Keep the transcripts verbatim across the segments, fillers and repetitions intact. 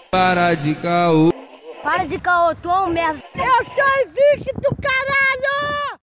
Para de caô. Para de caô, tu é um merda. Eu sou invicto, caralho!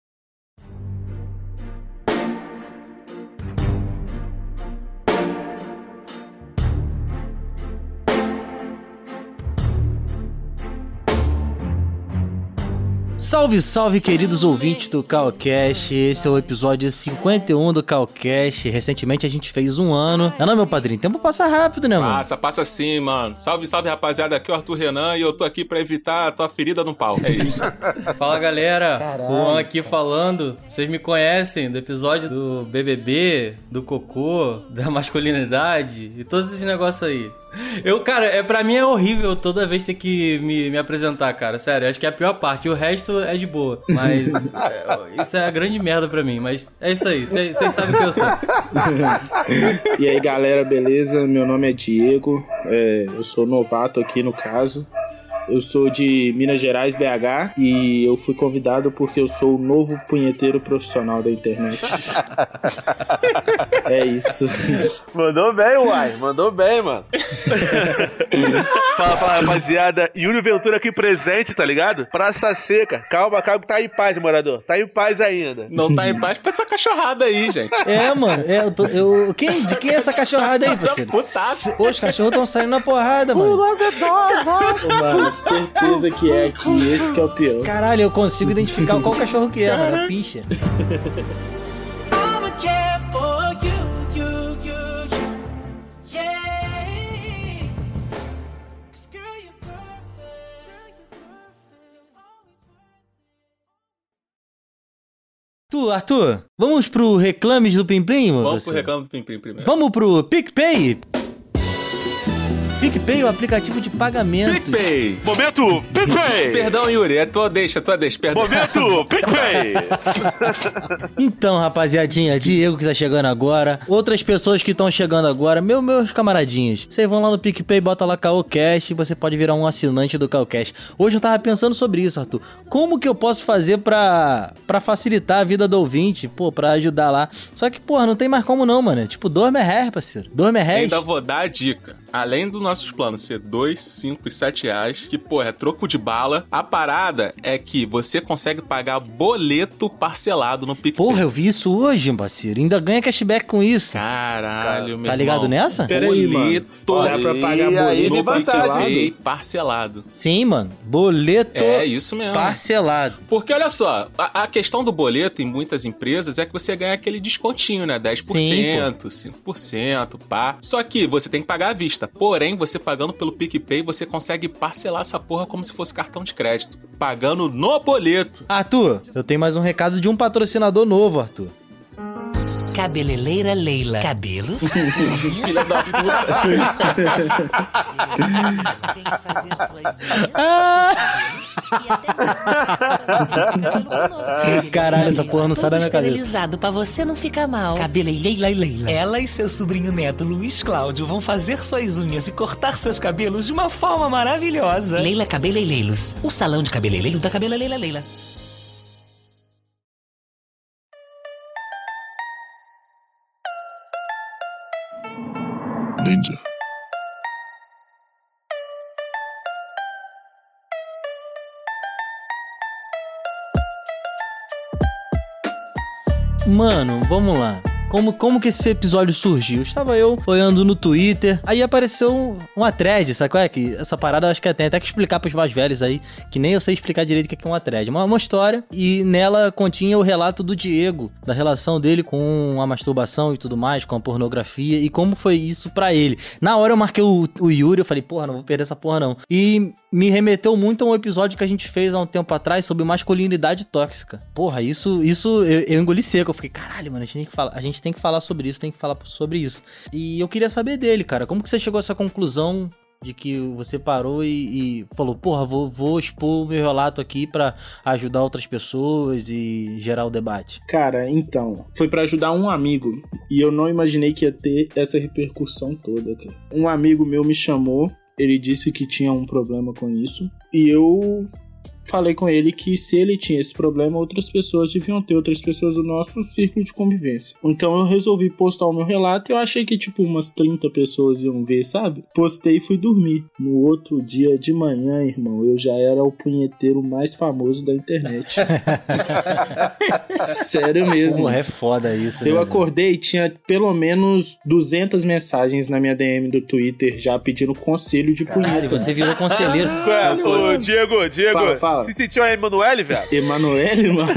Salve, salve, queridos ouvintes do CalCast. Esse é o episódio cinquenta e um do CalCast. Recentemente a gente fez um ano. Não, não, meu padrinho, o tempo passa rápido, né, mano? Passa, passa sim, mano. Salve, salve, rapaziada. Aqui é o Arthur Renan e eu tô aqui pra evitar a tua ferida no pau. É isso. Fala, galera. Caralho, Juan aqui falando. Vocês me conhecem do episódio do B B B, do cocô, da masculinidade e todos esses negócios aí. Eu, cara, é, pra mim é horrível toda vez ter que me, me apresentar, cara. Sério, acho que é a pior parte. O resto é de boa. Mas é, isso é a grande merda pra mim. Mas é isso aí. Vocês sabem o que eu sou. E aí, galera, beleza? Meu nome é Diego. É, eu sou novato aqui no caso. Eu sou de Minas Gerais, B H, e eu fui convidado porque eu sou o novo punheteiro profissional da internet. É isso. Mandou bem, uai. Mandou bem, mano. Fala, fala, rapaziada. Yuri Ventura aqui presente, tá ligado? Praça Seca. Calma, calma, tá em paz, morador. Tá em paz ainda. Não tá em paz pra essa cachorrada aí, gente. É, mano. É, eu tô, eu, quem, de quem é essa cachorrada aí, parceiro? Putaço. Pô, os cachorros tão saindo na porrada, mano. Mano, certeza que é que esse que é o pior. Caralho, eu consigo identificar qual cachorro que é, mano. É pincha. Tu, Arthur, vamos pro Reclames do Plim Plim? Vamos você? pro reclamo do Plim Plim primeiro. Vamos pro PicPay? PicPay é o aplicativo de pagamento. PicPay! Momento PicPay! Perdão, Yuri, é tua deixa, tua deixa, perdão. Momento PicPay! Então, rapaziadinha, Diego que tá chegando agora, outras pessoas que estão chegando agora, meu, meus camaradinhos, vocês vão lá no PicPay, bota lá CalCast e você pode virar um assinante do CalCast. Hoje eu tava pensando sobre isso, Arthur. Como que eu posso fazer pra, pra facilitar a vida do ouvinte, pô, pra ajudar lá? Só que, porra, não tem mais como não, mano. Tipo, dois reais, parceiro. Dois reais. Ainda vou dar a dica. Além dos nossos planos ser dois, cinco e sete reais, que, pô, é troco de bala, a parada é que você consegue pagar boleto parcelado no PicPay. Porra, eu vi isso hoje, parceiro. Ainda ganha cashback com isso. Caralho, meu Tá ligado irmão. nessa? Peraí, mano. Boleto. Dá pra pagar E aí, boleto de parcelado? PicPay parcelado. Sim, mano. Boleto É isso mesmo. parcelado. Porque olha só, a, a questão do boleto em muitas empresas é que você ganha aquele descontinho, né? dez por cento, cinco por cento, pá. Só que você tem que pagar à vista. Porém, você pagando pelo PicPay, você consegue parcelar essa porra como se fosse cartão de crédito. Pagando no boleto. Arthur, eu tenho mais um recado de um patrocinador novo, Arthur. Cabeleireira Leila. Cabelos? Filha da puta. Vem fazer suas unhas, Ah! seus cabelos e até mesmo cabelo conosco. Caralho, essa porra não sai da minha cabeça. esterilizado pra você não ficar mal. Cabeleireira Leila. Ela e seu sobrinho neto Luiz Cláudio vão fazer suas unhas e cortar seus cabelos de uma forma maravilhosa. Leila Cabeleireiros. O salão de cabeleireiro da Cabeleireira Leila. Ninja. Mano, vamos lá. Como, como que esse episódio surgiu? Estava eu olhando no Twitter, aí apareceu um, uma thread, sabe qual é? Que essa parada eu acho que tem até que explicar pros mais velhos aí, que nem eu sei explicar direito o que é uma thread. Uma, uma história, e nela continha o relato do Diego, da relação dele com a masturbação e tudo mais, com a pornografia, e como foi isso pra ele. Na hora eu marquei o, o Yuri, eu falei, porra, não vou perder essa porra não. E me remeteu muito a um episódio que a gente fez há um tempo atrás sobre masculinidade tóxica. Porra, isso, isso eu, eu engoli seco, eu fiquei, caralho, mano, a gente tem que falar, a gente tem que falar sobre isso, tem que falar sobre isso. E eu queria saber dele, cara, como que você chegou a essa conclusão de que você parou e, e falou, porra, vou, vou expor o meu relato aqui pra ajudar outras pessoas e gerar o debate? Cara, então, foi pra ajudar um amigo e eu não imaginei que ia ter essa repercussão toda, cara. Um amigo meu me chamou, ele disse que tinha um problema com isso e eu falei com ele que se ele tinha esse problema, outras pessoas deviam ter, outras pessoas do nosso círculo de convivência. Então eu resolvi postar o meu relato e eu achei que tipo umas trinta pessoas iam ver, sabe? Postei e fui dormir. No outro dia de manhã, irmão, eu já era o punheteiro mais famoso da internet. Sério mesmo. Pô, é foda isso, Eu né, acordei e tinha pelo menos duzentas mensagens na minha D M do Twitter já pedindo conselho de punheta. Caralho, você virou conselheiro. Ué, ô, Diego, Diego, Fala, fala. se sentiu a Emanuele, velho? Emanuele, mano.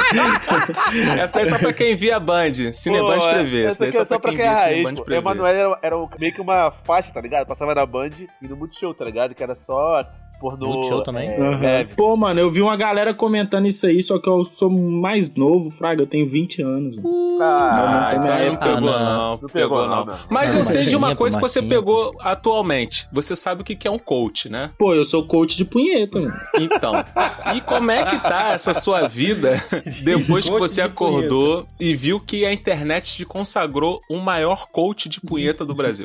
Essa daí é só pra quem via Band. Cineband prevê. Essa Essa daí aqui é só pra quem é via raiz, Cineband pô. prevê. Emanuele era, era um- meio que uma faixa, tá ligado? Passava na Band e no Multishow, tá ligado? Que era só pornô... Multishow também? É, Aham. leve. Pô, mano, eu vi uma galera comentando isso aí, só que eu sou mais novo, fraga, eu tenho vinte anos. Ah, Não, não, Então não, não pegou, Ah, não. não. Não Pegou, pegou, não. não. Mas Não, eu sei de uma Marcinha, coisa que você Marcinha. pegou atualmente. Você sabe o que que é um coach, né? Pô, eu sou coach de punheta, mano. Então, e como é que tá essa sua vida depois que você acordou e viu que a internet te consagrou o maior coach de punheta do Brasil?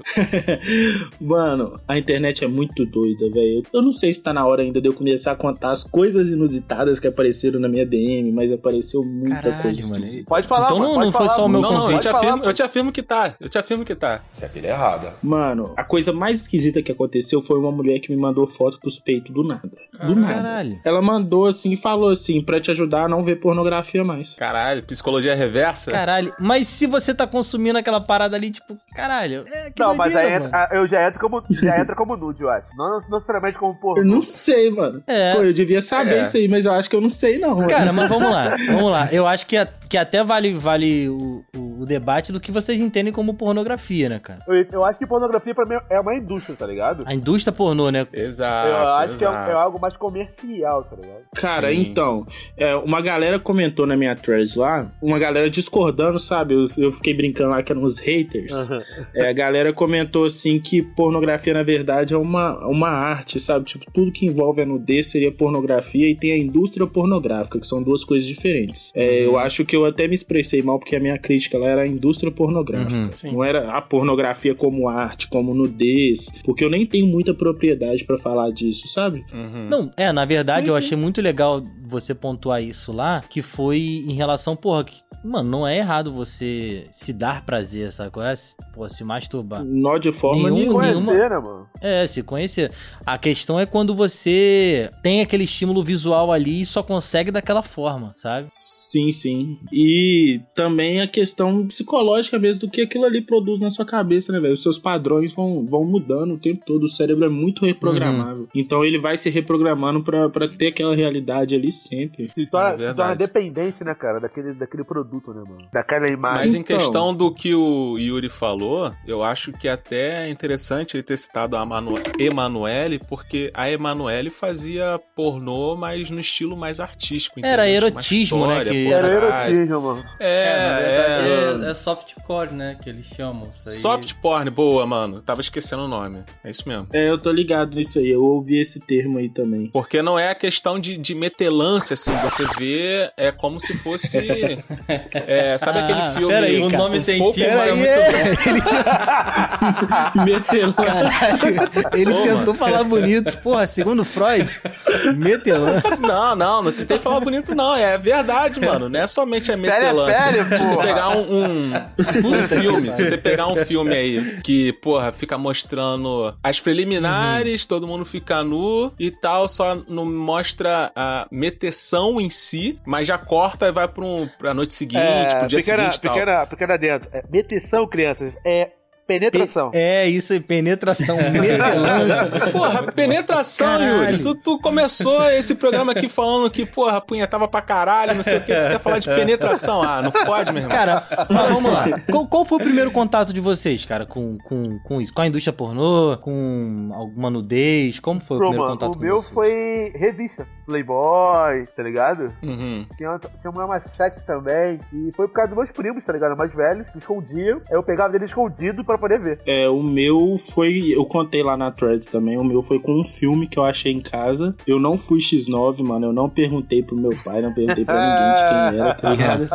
Mano, a internet é muito doida, velho. Eu não sei se tá na hora ainda de eu começar a contar as coisas inusitadas que apareceram na minha D M, mas apareceu muita Caralho, coisa mano. esquisita. Pode falar, Então mano, não- pode não foi falar, só o meu mano. Não, não, eu Pode te, falar, afirmo, mano. eu te afirmo que tá. Eu te afirmo que tá. Isso é pilha errada. Mano, a coisa mais esquisita que aconteceu foi uma mulher que me mandou foto dos peitos do nada. Do nada. Caralho. Ela mandou assim e falou assim, pra te ajudar a não ver pornografia mais. Caralho, psicologia reversa? Caralho. Mas se você tá consumindo aquela parada ali, tipo, caralho. É, que Não, mas aí doideira, entra- eu já entro como, já entra como nude, eu acho. Não não necessariamente como pornô. Eu não sei, mano. É. Pô, eu devia saber É. isso aí, mas eu acho que eu não sei, não. mano. Cara, mas vamos lá, vamos lá. Eu acho que, a- que até vale, vale o, o- o debate do que vocês entendem como pornografia, né, cara? Eu, eu acho que pornografia pra mim é uma indústria, tá ligado? A indústria pornô, né? Exato. eu acho que é, exato. é algo mais comercial, tá ligado? Cara, Sim. então, é, uma galera comentou na minha thread lá, uma galera discordando, sabe? Eu, eu fiquei brincando lá que eram os haters. É, a galera comentou assim que pornografia, na verdade, é uma, uma arte, sabe? Tipo, tudo que envolve a nudez seria pornografia e tem a indústria pornográfica, que são duas coisas diferentes. É, eu acho que eu até me expressei mal porque a minha crítica lá era a indústria pornográfica. Uhum, Não era a pornografia como arte, como nudez, porque eu nem tenho muita propriedade pra falar disso, sabe? Uhum. Não, é, na verdade eu achei muito legal você pontuar isso lá, que foi em relação, porra, que, mano, não é errado você se dar prazer, sabe qual é? Se- Pô, se masturbar. Não de forma Nenhum- nenhuma. nenhuma- Conhecer, né, mano? É, se conhecer. A questão é quando você tem aquele estímulo visual ali e só consegue daquela forma, sabe? Sim, sim. E também a questão psicológica mesmo do que aquilo ali produz na sua cabeça, né, velho? Os seus padrões vão, vão mudando o tempo todo. O cérebro é muito reprogramável. Uhum. Então ele vai se reprogramando pra, pra ter aquela realidade ali sempre. Se torna, É se verdade. torna dependente, né, cara, daquele, daquele produto, né, mano? Daquela imagem. Mas em Então. questão do que o Yuri falou, eu acho que até é interessante ele ter citado a Manu- Emanuele, porque a Emanuele fazia pornô, mas no estilo mais artístico. Era entendeu? erotismo, Uma né, história que- por Era trás. erotismo, mano. É, na verdade, é. é, é softcore, né? Que eles chamam. Isso aí. Soft porn, boa, mano. Tava esquecendo o nome. É isso mesmo. É, eu tô ligado nisso aí. Eu ouvi esse termo aí também. Porque não é a questão de, de metelância, assim. Você vê, é como se fosse. é, sabe aquele Ah, filme. peraí, O cara, nome um pouco científico mais- é muito bom. Metelão. Caralho, ele Ô, tentou mano. falar bonito. Porra, segundo Freud, metelã. Não, não, não tentei falar bonito, não. É verdade, mano. Não é somente a metelância. Sério, Se você porra. pegar um, um, um filme, se você pegar um filme aí que, porra, fica mostrando as preliminares, todo mundo fica nu e tal, só não mostra a meteção em si, mas já corta e vai pra, um, pra noite seguinte, pro dia pequena, seguinte e tal. pequena, pequena dentro. É, meteção, crianças, é penetração. É, isso aí, penetração, metelã. Porra, penetração, Caralho. Yuri. Tu, tu começou esse programa aqui falando que, porra, punhetava pra caralho, não sei o que. Tu quer falar de penetração? Ah, não pode, meu irmão. Cara, mas vamos lá. Qual, qual foi o primeiro contato de vocês, cara, com, com, com isso? Com a indústria pornô? Com alguma nudez? Como foi o Pô, primeiro mano, contato o com meu vocês? foi revista. Playboy, tá ligado? Uhum. Tinha, tinha uma manchete também. E foi por causa dos meus primos, tá ligado? Mais velhos, que escondiam. Aí eu pegava dele escondido pra pra poder ver. É, o meu foi... Eu contei lá na Threads também. O meu foi com um filme que eu achei em casa. Eu não fui xis nove, mano. Eu não perguntei pro meu pai, não perguntei pra ninguém de quem era, tá ligado?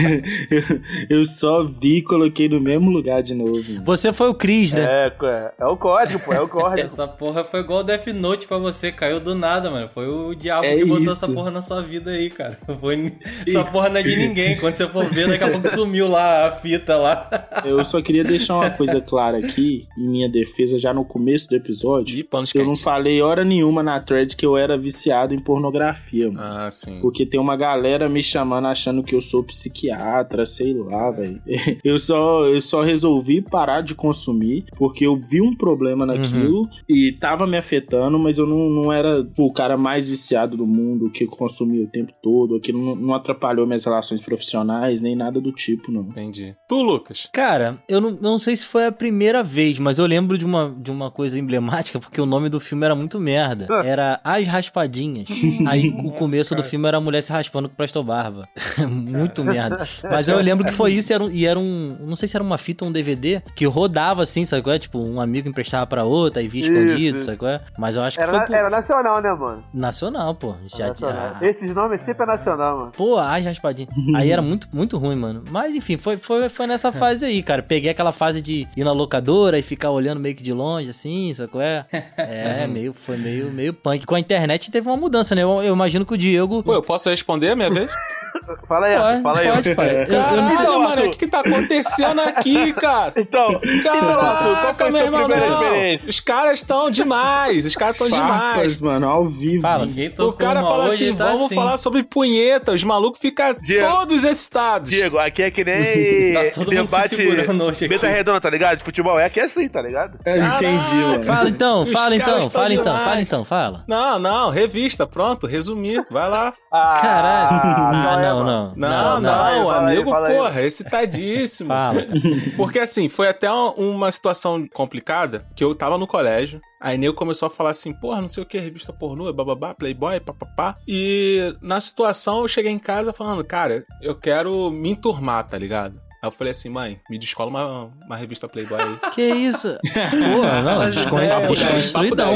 eu, eu só vi e coloquei no mesmo lugar de novo. Mano. Você foi o Chris, né? É, é, é o código, pô. É o código. Essa porra foi igual Death Note pra você. Caiu do nada, mano. Foi o diabo É que botou isso. essa porra na sua vida aí, cara. Foi... Essa porra não é de ninguém. Quando você for ver, daqui a pouco sumiu lá a fita lá. Eu só queria deixar uma coisa clara aqui, em minha defesa, já no começo do episódio. E panos Eu não quentes. falei hora nenhuma na thread que eu era viciado em pornografia, mano. Ah, sim. Porque tem uma galera me chamando achando que eu sou psiquiatra, sei lá, velho. Eu só, eu só resolvi parar de consumir porque eu vi um problema naquilo uhum. e tava me afetando, mas eu não, não era o cara mais viciado do mundo, que consumia o tempo todo, aquilo não, não atrapalhou minhas relações profissionais, nem nada do tipo, não. Entendi. Tu, Lucas? Cara, eu não, não sei se foi a primeira vez, mas eu lembro de uma, de uma coisa emblemática, porque o nome do filme era muito merda. Era As Raspadinhas. Aí o começo do filme era a mulher se raspando com Presto Barba. Muito merda. Mas eu lembro que foi isso e era, um, e era um... Não sei se era uma fita ou um D V D que rodava assim, sabe qual é? Tipo, um amigo emprestava pra outra e via Isso, escondido, isso. sabe qual é? Mas eu acho que Era, foi... na, por... era nacional, né, mano? Nacional, pô. Já, Nacional. já... Esses nomes sempre é nacional, mano. Pô, As Raspadinhas. Aí era muito, muito ruim, mano. Mas enfim, foi, foi, foi nessa fase aí, cara. Peguei aquela fase de ir na locadora e ficar olhando meio que de longe, assim, sabe qual é? É, meio, foi meio, meio punk. Com a internet teve uma mudança, né? Eu, eu imagino que o Diego... Pô, eu posso responder a minha vez? Fala aí, Arthur, fala aí. Pode, pai. Eu, eu Caralho, não Então, mano, Arthur. o que que tá acontecendo aqui, cara? Então, então, Arthur, qual Caraca, foi a meu sua irmão, primeira não. experiência? Os caras estão demais, os caras estão demais. Farpas, mano, ao vivo. Fala. Ninguém O tocou cara uma fala hoje, assim, tá vamos assim. falar sobre punheta, os malucos ficam Diego. todos excitados. Diego, aqui é que nem Tá todo mundo se debate segurando hoje aqui. mesa redonda, tá ligado? De futebol. É aqui é assim, tá ligado? Eu entendi, mano. Fala então, Os fala caras então, estão fala então, demais. fala então, fala. Não, não, revista, pronto, resumir, vai lá. Ah, Caralho. Ah, qual é, não, mano? não. Não, não, fala aí, fala aí, amigo, fala aí. porra, excitadíssimo. Fala, cara. Porque assim, foi até uma, uma situação complicada, que eu tava no colégio, aí nego começou a falar assim, porra, não sei o que, revista pornô, bababá, playboy, papapá. E na situação eu cheguei em casa falando, cara, eu quero me enturmar, tá ligado? Aí eu falei assim, mãe, me descola uma, uma revista Playboy aí. Que isso? Porra, não, Mas descon... é, desconstruidão.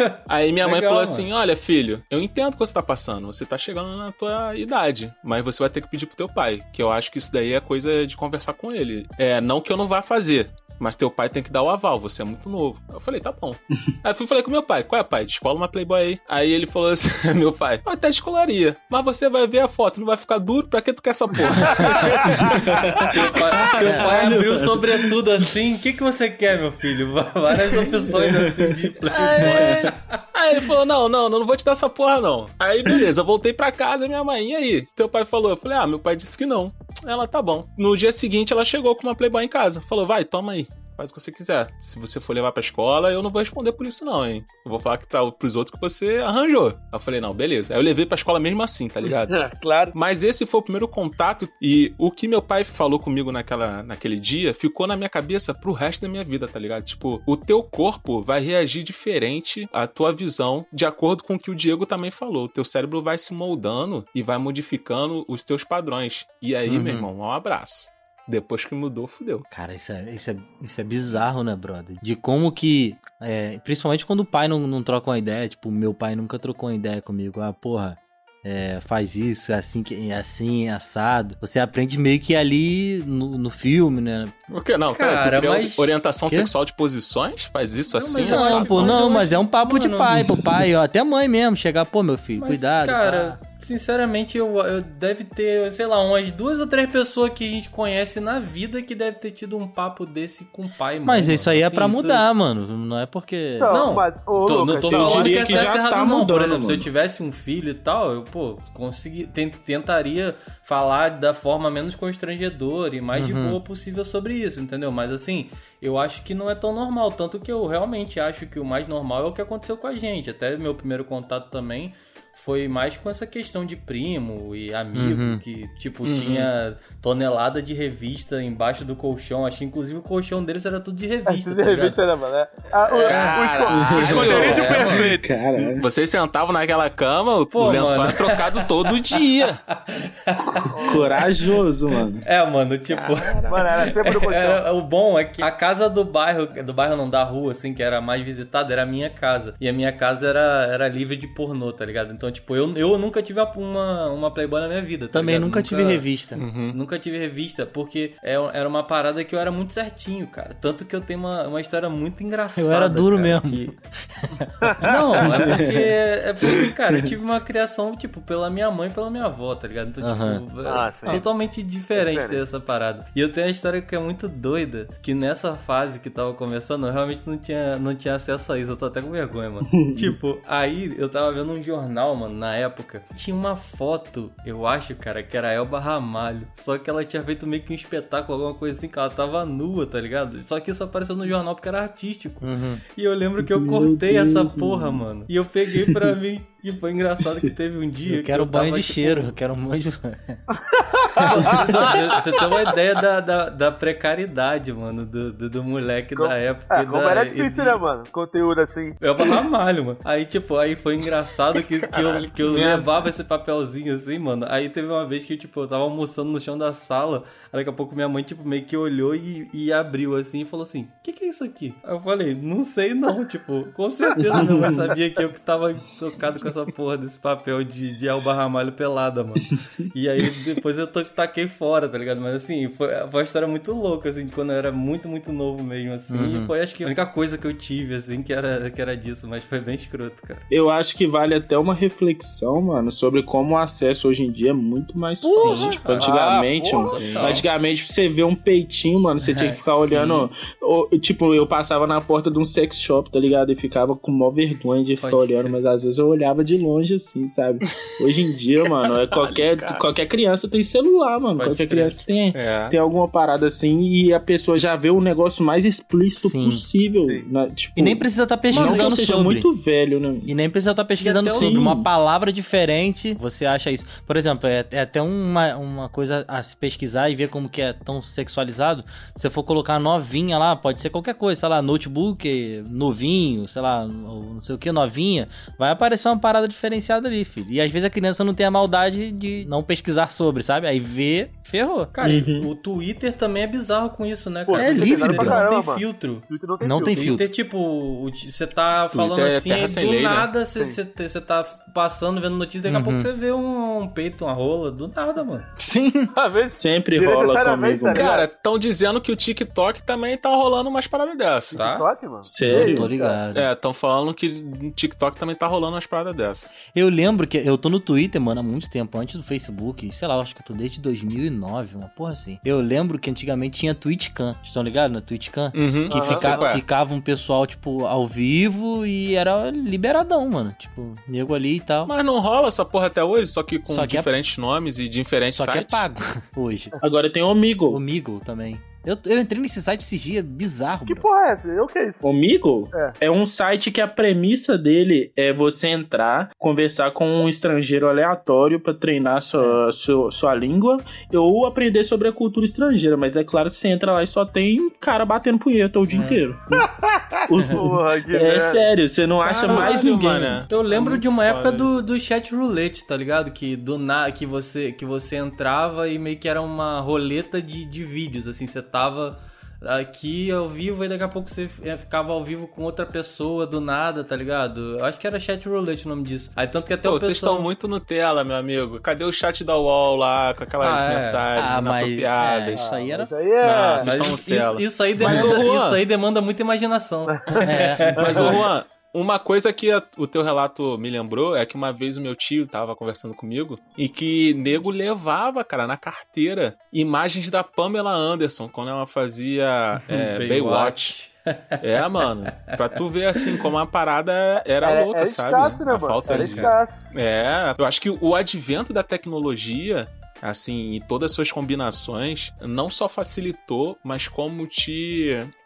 Aí minha mãe Legal, falou mano. assim, olha filho, eu entendo o que você tá passando, você tá chegando na tua idade, mas você vai ter que pedir pro teu pai, que eu acho que isso daí é coisa de conversar com ele. É, não que eu não vá fazer, mas teu pai tem que dar o aval, você é muito novo. Eu falei, tá bom. Aí eu fui falei com meu pai, qual é, pai? Descola uma Playboy aí. Aí ele falou assim, meu pai, eu até descolaria, mas você vai ver a foto, não vai ficar duro, pra que tu quer essa porra? Teu pai, teu pai abriu sobretudo assim. O que, que você quer, meu filho? Várias opções assim de Playboy. Aí, aí ele falou, não, não, não vou te dar essa porra não. Aí beleza, eu voltei pra casa, minha mãe, e aí? Teu pai falou, eu falei, ah, meu pai disse que não. Ela, tá bom. No dia seguinte ela chegou com uma Playboy em casa, falou, vai, toma aí. Faz o que você quiser. Se você for levar pra escola, eu não vou responder por isso não, hein? Eu vou falar que pra, pros outros que você arranjou. Aí eu falei, não, beleza. Aí eu levei pra escola mesmo assim, tá ligado? Claro. Mas esse foi o primeiro contato e o que meu pai falou comigo naquela, naquele dia ficou na minha cabeça pro resto da minha vida, tá ligado? Tipo, o teu corpo vai reagir diferente à tua visão de acordo com o que o Diego também falou. O teu cérebro vai se moldando e vai modificando os teus padrões. E aí, Uhum. meu irmão, um abraço. Depois que mudou, fudeu. Cara, isso é, isso, é, isso é bizarro, né, brother? De como que... É, principalmente quando o pai não, não troca uma ideia. Tipo, meu pai nunca trocou uma ideia comigo. Ah, porra, é, faz isso, é assim, que- é assim, é assado. Você aprende meio que ali no, no filme, né? Por que não? Pera, Cara, tu queria mas- orientação Quê? sexual de posições? Faz isso Não, assim, mas eu assim? Não, acho- pô, mas não, eu mas é um papo de Mano, pai, pro pai, ó. Até a mãe mesmo. Chegar, pô, meu filho, Mas, cuidado. cara, pá. sinceramente, eu, eu deve ter, sei lá, umas duas ou três pessoas que a gente conhece na vida que deve ter tido um papo desse com o pai, mano. Mas isso aí é Assim, pra isso- mudar, mano. Não é porque... Não, Não, mas, ô, Tô- não Lucas, tô eu falando diria que que é certo já e errado tá não. Por mudando, exemplo, se eu mano. tivesse um filho e tal, eu, pô, consegui, ten- tentaria falar da forma menos constrangedora e mais de Uhum. boa possível sobre isso, entendeu? Mas assim, eu acho que não é tão normal, tanto que eu realmente acho que o mais normal é o que aconteceu com a gente. Até meu primeiro contato também foi mais com essa questão de primo e amigo, Uhum. que, tipo, Uhum. tinha tonelada de revista embaixo do colchão. Acho que, inclusive, o colchão deles era tudo de revista, Isso tá de revista, né, mano? É. Ah, o, Caralho, o esconderijo é, perfeito. Caralho. Vocês sentavam naquela cama, Pô, o lençol mano. é trocado todo dia. Corajoso, mano. É, mano, tipo... Mano, era sempre no colchão. Era, o bom é que a casa do bairro, do bairro não, da rua, assim, que era mais visitada, era a minha casa. E a minha casa era, era livre de pornô, tá ligado? Então, tipo, eu, eu nunca tive uma, uma Playboy na minha vida, tá Também ligado? nunca tive revista. Uhum. Nunca tive revista, porque é- era uma parada que eu era muito certinho, cara. Tanto que eu tenho uma, uma história muito engraçada. Eu era duro cara, mesmo. que- Não, é porque, é porque, cara, eu tive uma criação, tipo, pela minha mãe e pela minha avó, tá ligado? Então, Aham. tipo, Ah, é sim. totalmente diferente É diferente. dessa parada. E eu tenho uma história que é muito doida, que nessa fase que tava começando, eu realmente não tinha, não tinha acesso a isso. Eu tô até com vergonha, mano. Tipo, aí eu tava vendo um jornal, mano, na época. Tinha uma foto, eu acho, cara, que era a Elba Ramalho. Só que ela tinha feito meio que um espetáculo, alguma coisa assim, que ela tava nua, tá ligado? Só que isso apareceu no jornal porque era artístico. Uhum. E eu lembro que eu Meu cortei Deus, essa mano. porra, mano. E eu peguei pra mim. E foi engraçado que teve um dia. Eu quero que banho tava, de tipo, cheiro, eu quero banho de... Você, você tem uma ideia da, da, da precariedade, mano, do, do, do moleque Com- da época. É, e como da, era e difícil, de- né, mano? Conteúdo assim. Eu ramalho, mano. Aí, tipo, aí foi engraçado que, que eu, que eu levava esse papelzinho assim, mano. Aí teve uma vez que, tipo, eu tava almoçando no chão da sala. Aí daqui a pouco minha mãe, tipo, meio que olhou e, e abriu assim e falou assim: o que que é isso aqui? Aí eu falei: não sei não, tipo, com certeza minha mãe sabia que eu que tava tocado com essa porra desse papel de, de Elba Ramalho pelada, mano. E aí depois eu to- taquei fora, tá ligado? Mas assim, foi, foi uma história muito louca, assim, de quando eu era muito, muito novo mesmo, assim. Uhum. E foi acho que a única coisa que eu tive, assim, que era, que era disso, mas foi bem escroto, cara. Eu acho que vale até uma reflexão, mano, sobre como o acesso hoje em dia é muito mais fácil. Tipo, antigamente, Ah, mano, porra. antigamente pra você ver um peitinho, mano, você tinha que ficar olhando. ou, tipo, eu passava na porta de um sex shop, tá ligado? E ficava com maior vergonha de ficar Pode olhando, mas às vezes eu olhava de longe assim, sabe? Hoje em dia, mano, é qualquer, qualquer criança tem celular, mano. Pode qualquer crer. criança tem, É. tem alguma parada assim e a pessoa já vê o negócio mais explícito Sim. possível. Sim. Né? Tipo, E nem precisa estar não que eu pesquisando seja sobre. muito velho, né? E nem precisa estar pesquisando E até sobre o- uma palavra diferente, você acha isso. Por exemplo, é, é até uma, uma coisa a se pesquisar e ver como que é tão sexualizado. Se você for colocar novinha lá, pode ser qualquer coisa, sei lá, notebook, novinho, sei lá, ou não sei o que, novinha, vai aparecer uma parada diferenciada ali, filho. E às vezes a criança não tem a maldade de não pesquisar sobre, sabe? Aí vê, ferrou. Cara, Uhum. o Twitter também é bizarro com isso, né, Pô, cara? é Porque livre, ele pra não caramba, tem mano. filtro. Twitter não tem Não tem filtro. filtro. Twitter, tipo, o- você tá falando Twitter é assim, terra aí sem do lei, né? nada você Sim. você- você tá passando, vendo notícia, daqui a Uhum. pouco você vê um, peito, uma rola, do nada, mano. Sim. Às vezes, Sempre rola Desnecessariamente, comigo. tá ligado? Cara, estão dizendo que o TikTok também tá rolando umas paradas dessas. Tá? TikTok, mano. Sério? Tô ligado. É, estão falando que o TikTok também tá rolando umas paradas dessas. Eu lembro que eu tô no Twitter, mano, há muito tempo, antes do Facebook, sei lá, eu acho que eu tô desde dois mil e nove, uma porra assim. Eu lembro que antigamente tinha TwitchCam, vocês estão ligados na TwitchCam? Uhum. Que Aham. fica- Sei qual é. ficava um pessoal, tipo, ao vivo e era liberadão, mano. Tipo, nego ali e tal. Mas não rola essa porra até hoje, só que com Só que é- diferentes nomes e diferentes Só que é sites. pago hoje. Agora tem o Omigo. O Meagle também. Eu, eu entrei nesse site esses dias, bizarro, Que bro. porra é essa? Eu que é isso? Omigo É. é um site que a premissa dele é você entrar, conversar com um estrangeiro aleatório pra treinar sua, sua, sua língua ou aprender sobre a cultura estrangeira. Mas é claro que você entra lá e só tem cara batendo punheta o dia inteiro. O- Porra, que é merda. sério, você não acha mais Caralho, ninguém. mano. Eu lembro Muito de uma foda época do, isso. do chat roulette, tá ligado? Que do na, que você que você entrava e meio que era uma roleta de, de vídeos, assim, você tava aqui ao vivo e daqui a pouco você ficava ao vivo com outra pessoa do nada, tá ligado? Eu acho que era chat roulette o nome disso. Aí tanto que até Pô, o vocês pessoal... estão muito Nutella, meu amigo. Cadê o chat da U O L lá, com aquelas Ah, é. mensagens Ah, mas é, inapropriadas? isso aí era... Isso aí é... Não, vocês Mas estão Nutella. isso, isso aí Mas, demanda, ô, Juan- isso aí demanda muita imaginação. É, Mas, ô Juan, uma coisa que a- o teu relato me lembrou é que uma vez o meu tio tava conversando comigo e que nego levava, cara, na carteira imagens da Pamela Anderson quando ela fazia é, Baywatch. É, mano, pra tu ver assim como a parada era, Era, louca, era sabe? escasso, né, a mano? falta Era de... escasso. É, eu acho que o advento da tecnologia, assim, e todas as suas combinações, não só facilitou, mas como te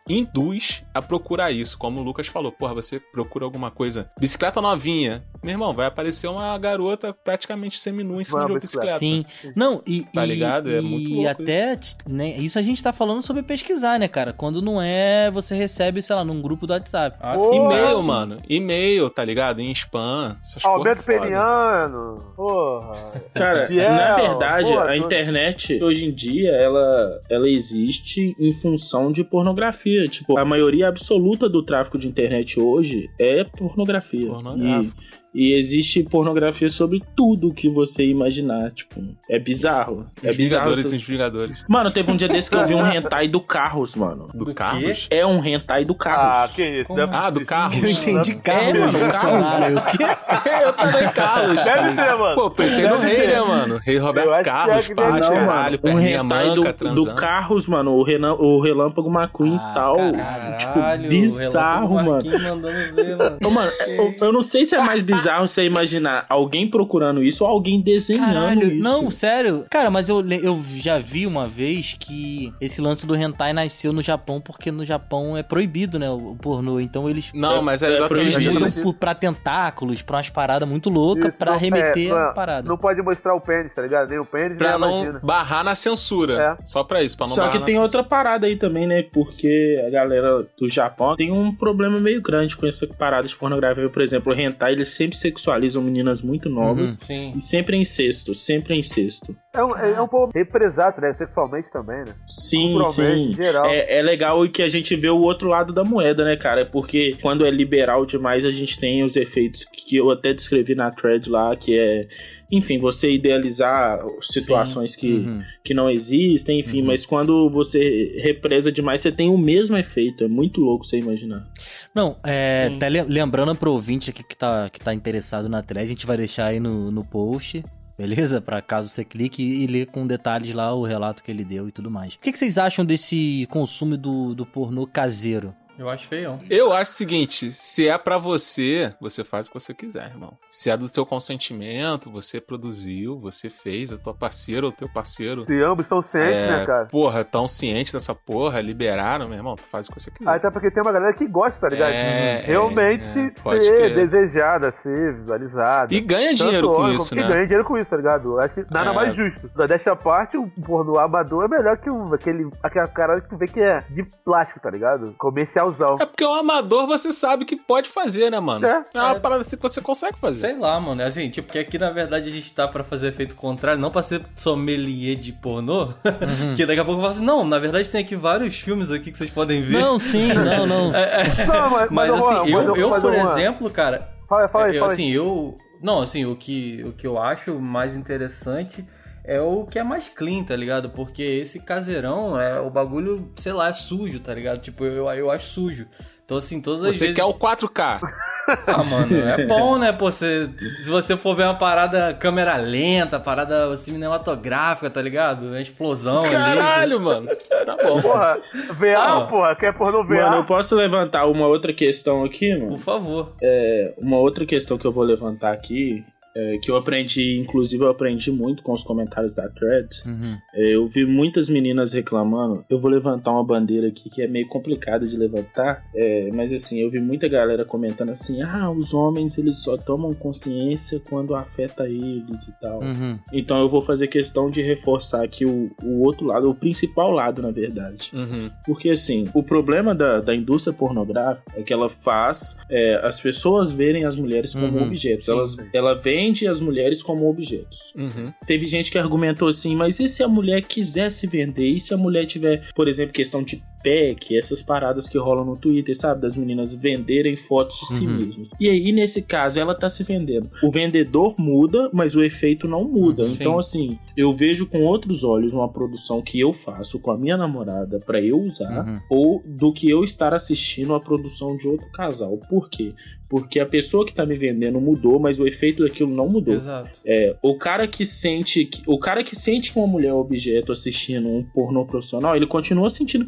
induz a procurar isso. Como o Lucas falou, porra, você procura alguma coisa, bicicleta novinha, meu irmão, vai aparecer uma garota praticamente seminua em cima de uma bicicleta. Sim. Não, e... Tá ligado? É e, muito E louco até, isso. Né, isso a gente tá falando sobre pesquisar, né, cara? Quando não é, você recebe, sei lá, num grupo do WhatsApp. Ah, Pô, E-mail, sim. mano. E-mail, tá ligado? Em spam. Essas Alberto porra foda. Peniano. Porra. Cara, Fiel, na verdade, porra, a tudo. internet, hoje em dia, ela, ela existe em função de pornografia. Tipo, a maioria absoluta do tráfico de internet hoje é pornografia. Pornográfico. E, e existe pornografia sobre tudo que você imaginar. Tipo, é bizarro. É Os bizarro. Vingadores e os Vingadores. Mano, teve um dia desse que eu vi um hentai do Carros, mano. Do, Do Carlos? É um hentai do Ah, Carros. que isso. Como Deve- Ah, do Carlos. Eu entendi carro, É, mano, Bolsonaro. O quê? Eu também, Carlos. Deve ser, mano. Pô, pensei no Deve rei, ser. né, mano? Rei Eu Roberto acho que Carlos, é que pá, deve- Não, caralho, mano, um perninha hentai manca, do, do transando. Carros, mano, o, Renan, o Relâmpago McQueen e Ah, tal. Caralho, Tipo, bizarro, o mano. Marquinhos mandando ver, mano. Ô, mano, eu, eu não sei se é mais bizarro você imaginar alguém procurando isso ou alguém desenhando Caralho, isso. não, sério. Cara, mas eu, le- eu já vi uma vez que esse lance do hentai nasceu no Japão porque no Japão é proibido, né, o, o pornô. Então eles Não, mas é É exatamente proibido. isso. usam por- pra tentáculos, pra umas paradas muito loucas, Isso, pra não- remeter é, a não- parada. Não pode mostrar o pênis, tá ligado? Nem o pênis, Pra nem a não vagina. barrar na censura. É. Só pra isso, pra não Só barrar que na tem censura. outra parada aí também, né? Porque a galera do Japão tem um problema meio grande com essa parada de pornografia. Por exemplo, o hentai, eles sempre sexualizam meninas muito novas. Uhum. Sim. E sempre é incesto, sempre é incesto. É um, é um pouco represado, né? Sexualmente também, né? Sim, Culturalmente, sim. em geral. É, é legal que a gente vê o outro lado da moeda, né, cara? Porque quando é liberal demais, a gente tem os efeitos que eu até descrevi na thread lá, que é, enfim, você idealizar situações que, Uhum. que não existem, enfim, mas quando você represa demais, você tem o mesmo efeito. É muito louco você imaginar. Não, é, Sim. tá le- lembrando pro ouvinte aqui que tá, que tá interessado na thread, a gente vai deixar aí no, no post, beleza? Pra caso você clique e, e lê com detalhes lá o relato que ele deu e tudo mais. O que, que vocês acham desse consumo do, do pornô caseiro? Eu acho feião. Eu acho o seguinte, se é pra você, você faz o que você quiser, irmão. Se é do seu consentimento, você produziu, você fez, a tua parceira ou teu parceiro... Se ambos estão cientes, é, né, cara? Porra, tão cientes dessa porra, liberaram, meu irmão, tu faz o que você quiser. Até porque tem uma galera que gosta, tá ligado? É, De realmente é, é, pode ser crer. desejada, ser visualizada. E ganha Tanto dinheiro com homem isso, como- né? E ganha dinheiro com isso, tá ligado? Eu acho que nada É. mais justo. Desta parte, o pornô amador é melhor que o, aquele, aquela cara que tu vê que é de plástico, tá ligado? Comercialzão. É porque o amador você sabe que pode fazer, né, mano? É. É uma É. parada assim que você consegue fazer. Sei lá, mano. É assim, tipo, que aqui na verdade a gente tá pra fazer efeito contrário, não pra ser sommelier de pornô. Que daqui a pouco eu falo assim, não, na verdade tem aqui vários filmes aqui que vocês podem ver. Não, sim, não, não. Não, mas, Mas eu vou- assim, eu, mas eu mas por vou- exemplo, cara, Fala, fala aí, eu, fala aí. assim, eu. Não, assim, o que, o que eu acho mais interessante é o que é mais clean, tá ligado? Porque esse caseirão, é o bagulho, sei lá, é sujo, tá ligado? Tipo, eu, eu acho sujo. Então, assim, todas as Você vezes... quer o quatro K. Ah, mano, é bom, né, pô, você, se você for ver uma parada câmera lenta, parada cinematográfica, tá ligado? Uma explosão ali. Caralho, mano. Tá bom. Porra, V R, Ah. porra, quer pornô V R? Mano, eu posso levantar uma outra questão aqui, mano? Por favor. É, uma outra questão que eu vou levantar aqui, é, que eu aprendi, inclusive eu aprendi muito com os comentários da thread. Uhum. É, eu vi muitas meninas reclamando. Eu vou levantar uma bandeira aqui que é meio complicada de levantar, é, mas assim, eu vi muita galera comentando assim: ah, os homens eles só tomam consciência quando afeta eles e tal. Uhum. Então eu vou fazer questão de reforçar aqui o, o outro lado, o principal lado, na verdade. Uhum. Porque assim, o problema da, da indústria pornográfica é que ela faz é, as pessoas verem as mulheres como Uhum. objetos. Elas, ela vende as mulheres como objetos. Uhum. Teve gente que argumentou assim, mas e se a mulher quiser se vender? E se a mulher tiver, por exemplo, questão de pack, essas paradas que rolam no Twitter, sabe? Das meninas venderem fotos de si Uhum. mesmas. E aí, nesse caso, ela tá se vendendo. O vendedor muda, mas o efeito não muda. Uhum, então, assim, eu vejo com outros olhos uma produção que eu faço com a minha namorada pra eu usar, Uhum. ou do que eu estar assistindo a produção de outro casal. Por quê? Porque a pessoa que tá me vendendo mudou, mas o efeito daquilo não mudou. Exato. É, o cara que sente que, o cara que sente que uma mulher é objeto assistindo um pornô profissional, ele continua sentindo que a mulher é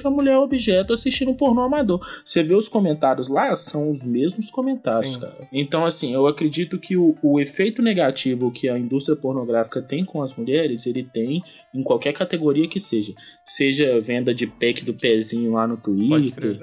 objeto assistindo um pornô amador. Você vê os comentários lá, são os mesmos comentários, Sim. cara. Então, assim, eu acredito que o, o efeito negativo que a indústria pornográfica tem com as mulheres, ele tem em qualquer categoria que seja. Seja venda de pack do pezinho lá no Twitter,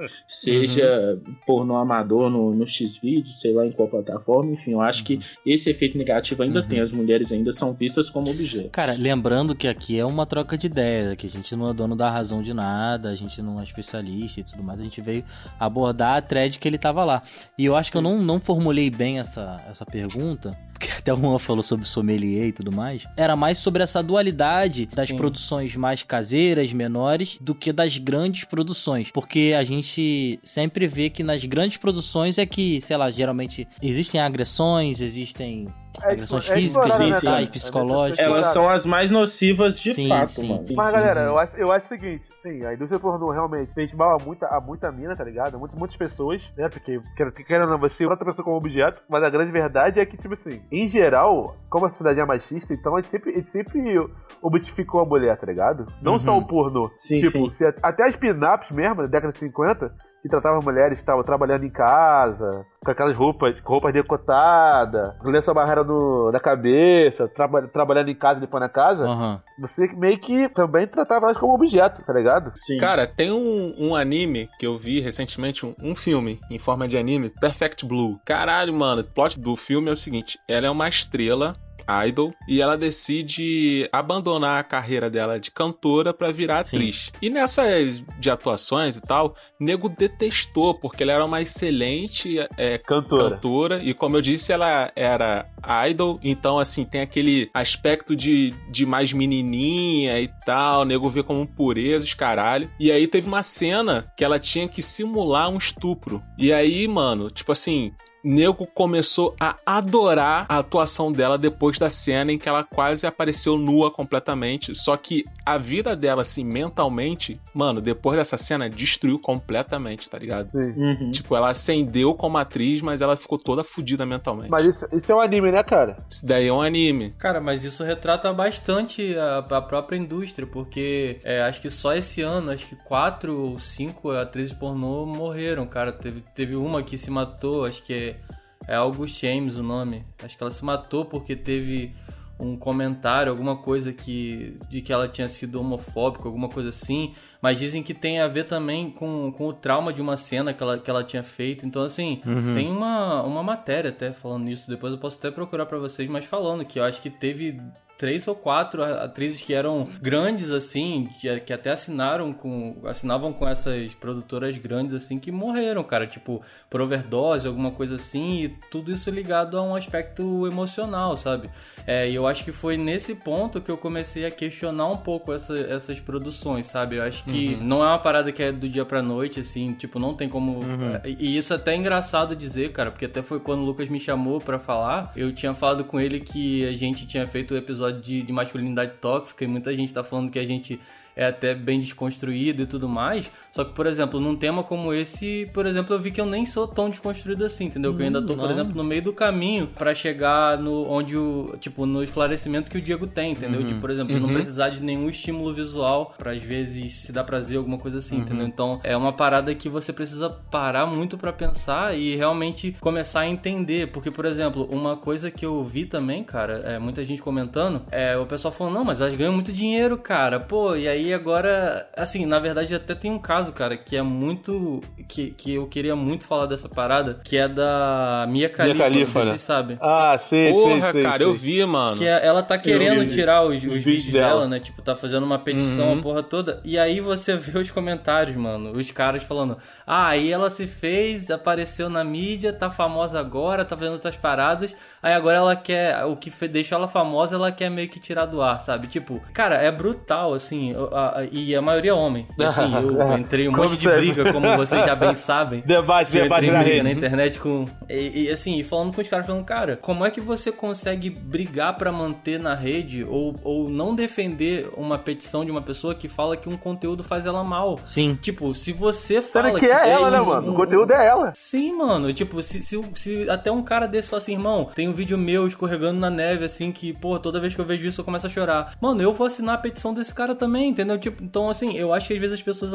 seja uhum. pornô amador no, no Xvideos, sei lá em qual plataforma, enfim, eu acho uhum. que esse efeito negativo ainda uhum. tem. As mulheres ainda são vistas como objetos. Cara, lembrando que aqui é uma troca de ideias, que a gente não é dono da razão de nada, a gente não é especialista e tudo mais, a gente veio abordar a thread que ele tava lá. E eu acho que eu não, não formulei bem essa, essa pergunta, porque até o Juan falou sobre sommelier e tudo mais, era mais sobre essa dualidade das Sim. produções mais caseiras, menores, do que das grandes produções. Porque a gente sempre vê que nas grandes produções é que, sei lá, geralmente existem agressões, existem... É, agressões é físicas, né, e psicológicas. Elas são as mais nocivas de sim, fato, sim. mano. Mas, galera, eu acho, eu acho o seguinte, sim, a indústria pornô realmente fez mal a muita, a muita mina, tá ligado? Muitas, muitas pessoas, né? Porque, querendo ou não, você trata a pessoa como objeto, mas a grande verdade é que, tipo assim, em geral, como a sociedade é machista, então a gente sempre, a gente sempre objetificou a mulher, tá ligado? Não uhum. só o pornô. Sim, tipo, sim. Se, até as pin-ups mesmo, na década de cinquenta, que tratavam mulheres que estavam trabalhando em casa, com aquelas roupas, roupas decotadas, lenço a barreira no, na cabeça, traba, trabalhando em casa, limpando a casa, uhum. você meio que também tratava elas como objeto, tá ligado? Sim. Cara, tem um, um anime que eu vi recentemente, um, um filme em forma de anime, Perfect Blue. Caralho, mano, o plot do filme é o seguinte, ela é uma estrela idol, e ela decide abandonar a carreira dela de cantora pra virar atriz. Sim. E nessas de atuações e tal, nego detestou, porque ela era uma excelente é, cantora. cantora, e como eu disse, ela era idol, então assim, tem aquele aspecto de, de mais menininha e tal, nego vê como pureza, os caralho. E aí teve uma cena que ela tinha que simular um estupro. E aí, mano, tipo assim... nego começou a adorar a atuação dela depois da cena em que ela quase apareceu nua completamente. Só que a vida dela, assim, mentalmente, mano, depois dessa cena, destruiu completamente, tá ligado? Sim. Uhum. Tipo, ela acendeu como atriz, mas ela ficou toda fodida mentalmente. Mas isso, isso é um anime, né, cara? Isso daí é um anime. Cara, mas isso retrata bastante a, a própria indústria, porque é, acho que só esse ano, acho que quatro ou cinco atrizes pornô morreram, cara. Teve, teve uma que se matou, acho que é É August James o nome. Acho que ela se matou porque teve um comentário, alguma coisa que, de que ela tinha sido homofóbica, alguma coisa assim. Mas dizem que tem a ver também com, com o trauma de uma cena que ela, que ela tinha feito. Então, assim, uhum. tem uma, uma matéria até falando nisso. Depois eu posso até procurar pra vocês, mas falando que eu acho que teve... três ou quatro atrizes que eram grandes, assim, que, que até assinaram com, assinavam com essas produtoras grandes, assim, que morreram, cara, tipo, por overdose, alguma coisa assim, e tudo isso ligado a um aspecto emocional, sabe? É, e eu acho que foi nesse ponto que eu comecei a questionar um pouco essa, essas produções, sabe? Eu acho que uhum. não é uma parada que é do dia pra noite, assim, tipo, não tem como... Uhum. E isso é até engraçado dizer, cara, porque até foi quando o Lucas me chamou pra falar, eu tinha falado com ele que a gente tinha feito o episódio De, de masculinidade tóxica, e muita gente tá falando que a gente é até bem desconstruído e tudo mais. Só que, por exemplo, num tema como esse, por exemplo, eu vi que eu nem sou tão desconstruído assim, entendeu? Hum, que eu ainda tô, não. por exemplo, no meio do caminho pra chegar no onde o, tipo, no esclarecimento que o Diego tem, entendeu? Uhum. De, por exemplo, uhum. não precisar de nenhum estímulo visual pra, às vezes, se dar prazer, alguma coisa assim, uhum. entendeu? Então, é uma parada que você precisa parar muito pra pensar e realmente começar a entender. Porque, por exemplo, uma coisa que eu vi também, cara, é muita gente comentando, é o pessoal falando, não, mas elas ganham muito dinheiro, cara, pô, e aí agora, assim, na verdade até tem um caso, cara, que é muito, que, que eu queria muito falar dessa parada, que é da Mia Khalifa, Mia Khalifa, não sei se né? vocês sabem. Ah, sei, Porra, sei, cara, sei, eu vi, mano. Que ela tá querendo tirar os, os, os vídeos dela. dela, né, tipo, tá fazendo uma petição, uhum. a porra toda, e aí você vê os comentários, mano, os caras falando, ah, aí ela se fez, apareceu na mídia, tá famosa agora, tá fazendo outras paradas, aí agora ela quer, o que deixou ela famosa, ela quer meio que tirar do ar, sabe? Tipo, cara, é brutal, assim, a, a, e a maioria é homem. Assim, eu entrei um monte como de sempre. briga, como vocês já bem sabem. Debate, debate na rede. Na internet com... E, e assim, e falando com os caras, falando, cara, como é que você consegue brigar pra manter na rede ou, ou não defender uma petição de uma pessoa que fala que um conteúdo faz ela mal? Sim. Tipo, se você fala Será que, que é ela, um, né, mano? Um, o conteúdo é ela. Sim, mano. Tipo, se, se, se até um cara desse fala assim, irmão, tem um vídeo meu escorregando na neve, assim, que, pô, toda vez que eu vejo isso eu começo a chorar. Mano, eu vou assinar a petição desse cara também, entendeu? Tipo, então, assim, eu acho que às vezes as pessoas elas perdem um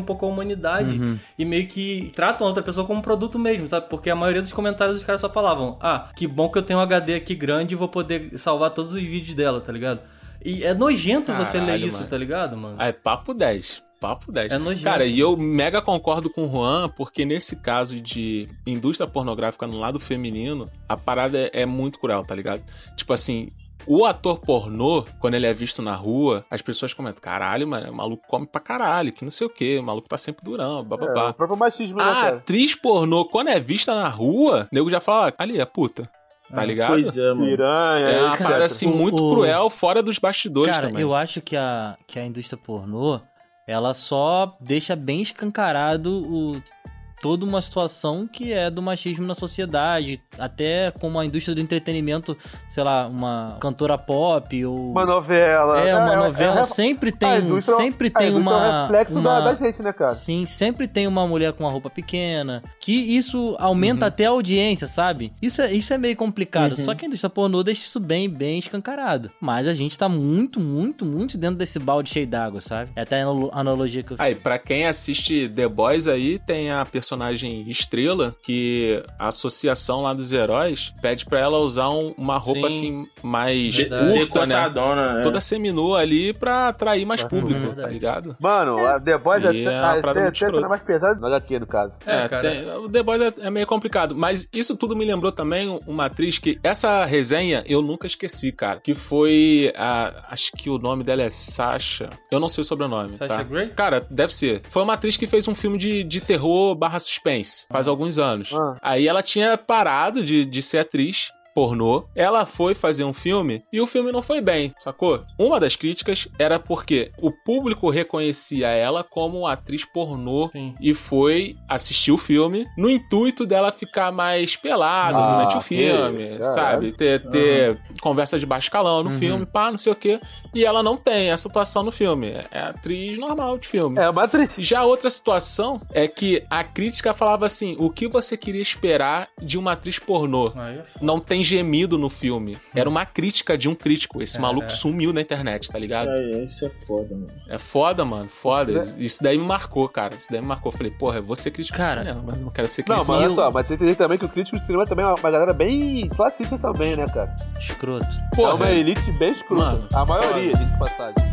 pouco a humanidade Uhum. e meio que tratam a outra pessoa como um produto mesmo, sabe? Porque a maioria dos comentários os caras só falavam, ah, que bom que eu tenho um H D aqui grande e vou poder salvar todos os vídeos dela, tá ligado? E é nojento você ler Caralho, isso, mano. tá ligado, mano? Ah, é papo dez. Papo dez. É nojento. Cara, e eu mega concordo com o Juan, porque nesse caso de indústria pornográfica no lado feminino, a parada é, é muito cruel, tá ligado? Tipo assim, o ator pornô, quando ele é visto na rua, as pessoas comentam, caralho, mano, o maluco come pra caralho, que não sei o quê, o maluco tá sempre durão, É, bababá. o próprio machismo, né, A cara? atriz pornô, quando é vista na rua, o nego já fala, ah, ali é puta, tá ligado? Pois é, mano. Piranha, É uma etcétera. parada assim O- muito o- cruel fora dos bastidores Cara, também. eu acho que a, que a indústria pornô, ela só deixa bem escancarado o, toda uma situação que é do machismo na sociedade, até como a indústria do entretenimento, sei lá, uma cantora pop ou... Uma novela. É, uma novela é- sempre a tem, indústria- sempre a tem indústria é um uma... reflexo uma... da, da gente, né, cara? Sim, sempre tem uma mulher com uma roupa pequena, que isso aumenta até a audiência, sabe? Isso é, isso é meio complicado, só que a indústria pornô deixa isso bem, bem escancarado. Mas a gente tá muito, muito, muito dentro desse balde cheio d'água, sabe? É até a analo- analogia que eu... Aí, pra quem assiste The Boys aí, tem a personagem Estrela, que a associação lá dos heróis pede pra ela usar um- uma roupa Sim. assim, mais Verdade. curta, né? Decotadona, é. Toda seminua ali pra atrair mais público, verdade. tá ligado? Mano, a The Boys E é, é uma a, parada até, muito até escrota. cena mais pesada no H Q, no caso. É, É, cara. tem- o The Boys é, é meio complicado, mas isso tudo me lembrou também uma atriz que, essa resenha eu nunca esqueci, cara, que foi a, acho que o nome dela é Sasha, eu não sei o sobrenome, Sasha tá? Grey? Cara, deve ser. Foi uma atriz que fez um filme de, de terror barra suspense, faz alguns anos. Ah. Aí ela tinha parado de, de ser atriz pornô, ela foi fazer um filme e o filme não foi bem, sacou? Uma das críticas era porque o público reconhecia ela como atriz pornô Sim. e foi assistir o filme no intuito dela ficar mais pelada Ah, durante o que filme, isso, sabe? Ter, ter conversa de baixo calão no filme, pá, não sei o quê. E ela não tem essa atuação no filme. É atriz normal de filme. É uma atriz. Já outra situação é que a crítica falava assim: o que você queria esperar de uma atriz pornô? Aí é Não tem gemido no filme. Era uma crítica de um crítico. Esse Caraca. maluco sumiu na internet, tá ligado? É, isso é foda, mano. É foda, mano. Foda. Isso Isso daí me marcou, cara. Isso daí me marcou. Eu falei, porra, eu vou ser crítico Cara, de cinema, mas não quero ser Não, crítico. mas olha eu- só, mas tem que entender também que o crítico de cinema também é uma galera bem classista também, né, cara? Escroto. É Porra, uma elite bem escrota. Mano, a maioria, diga de passagem.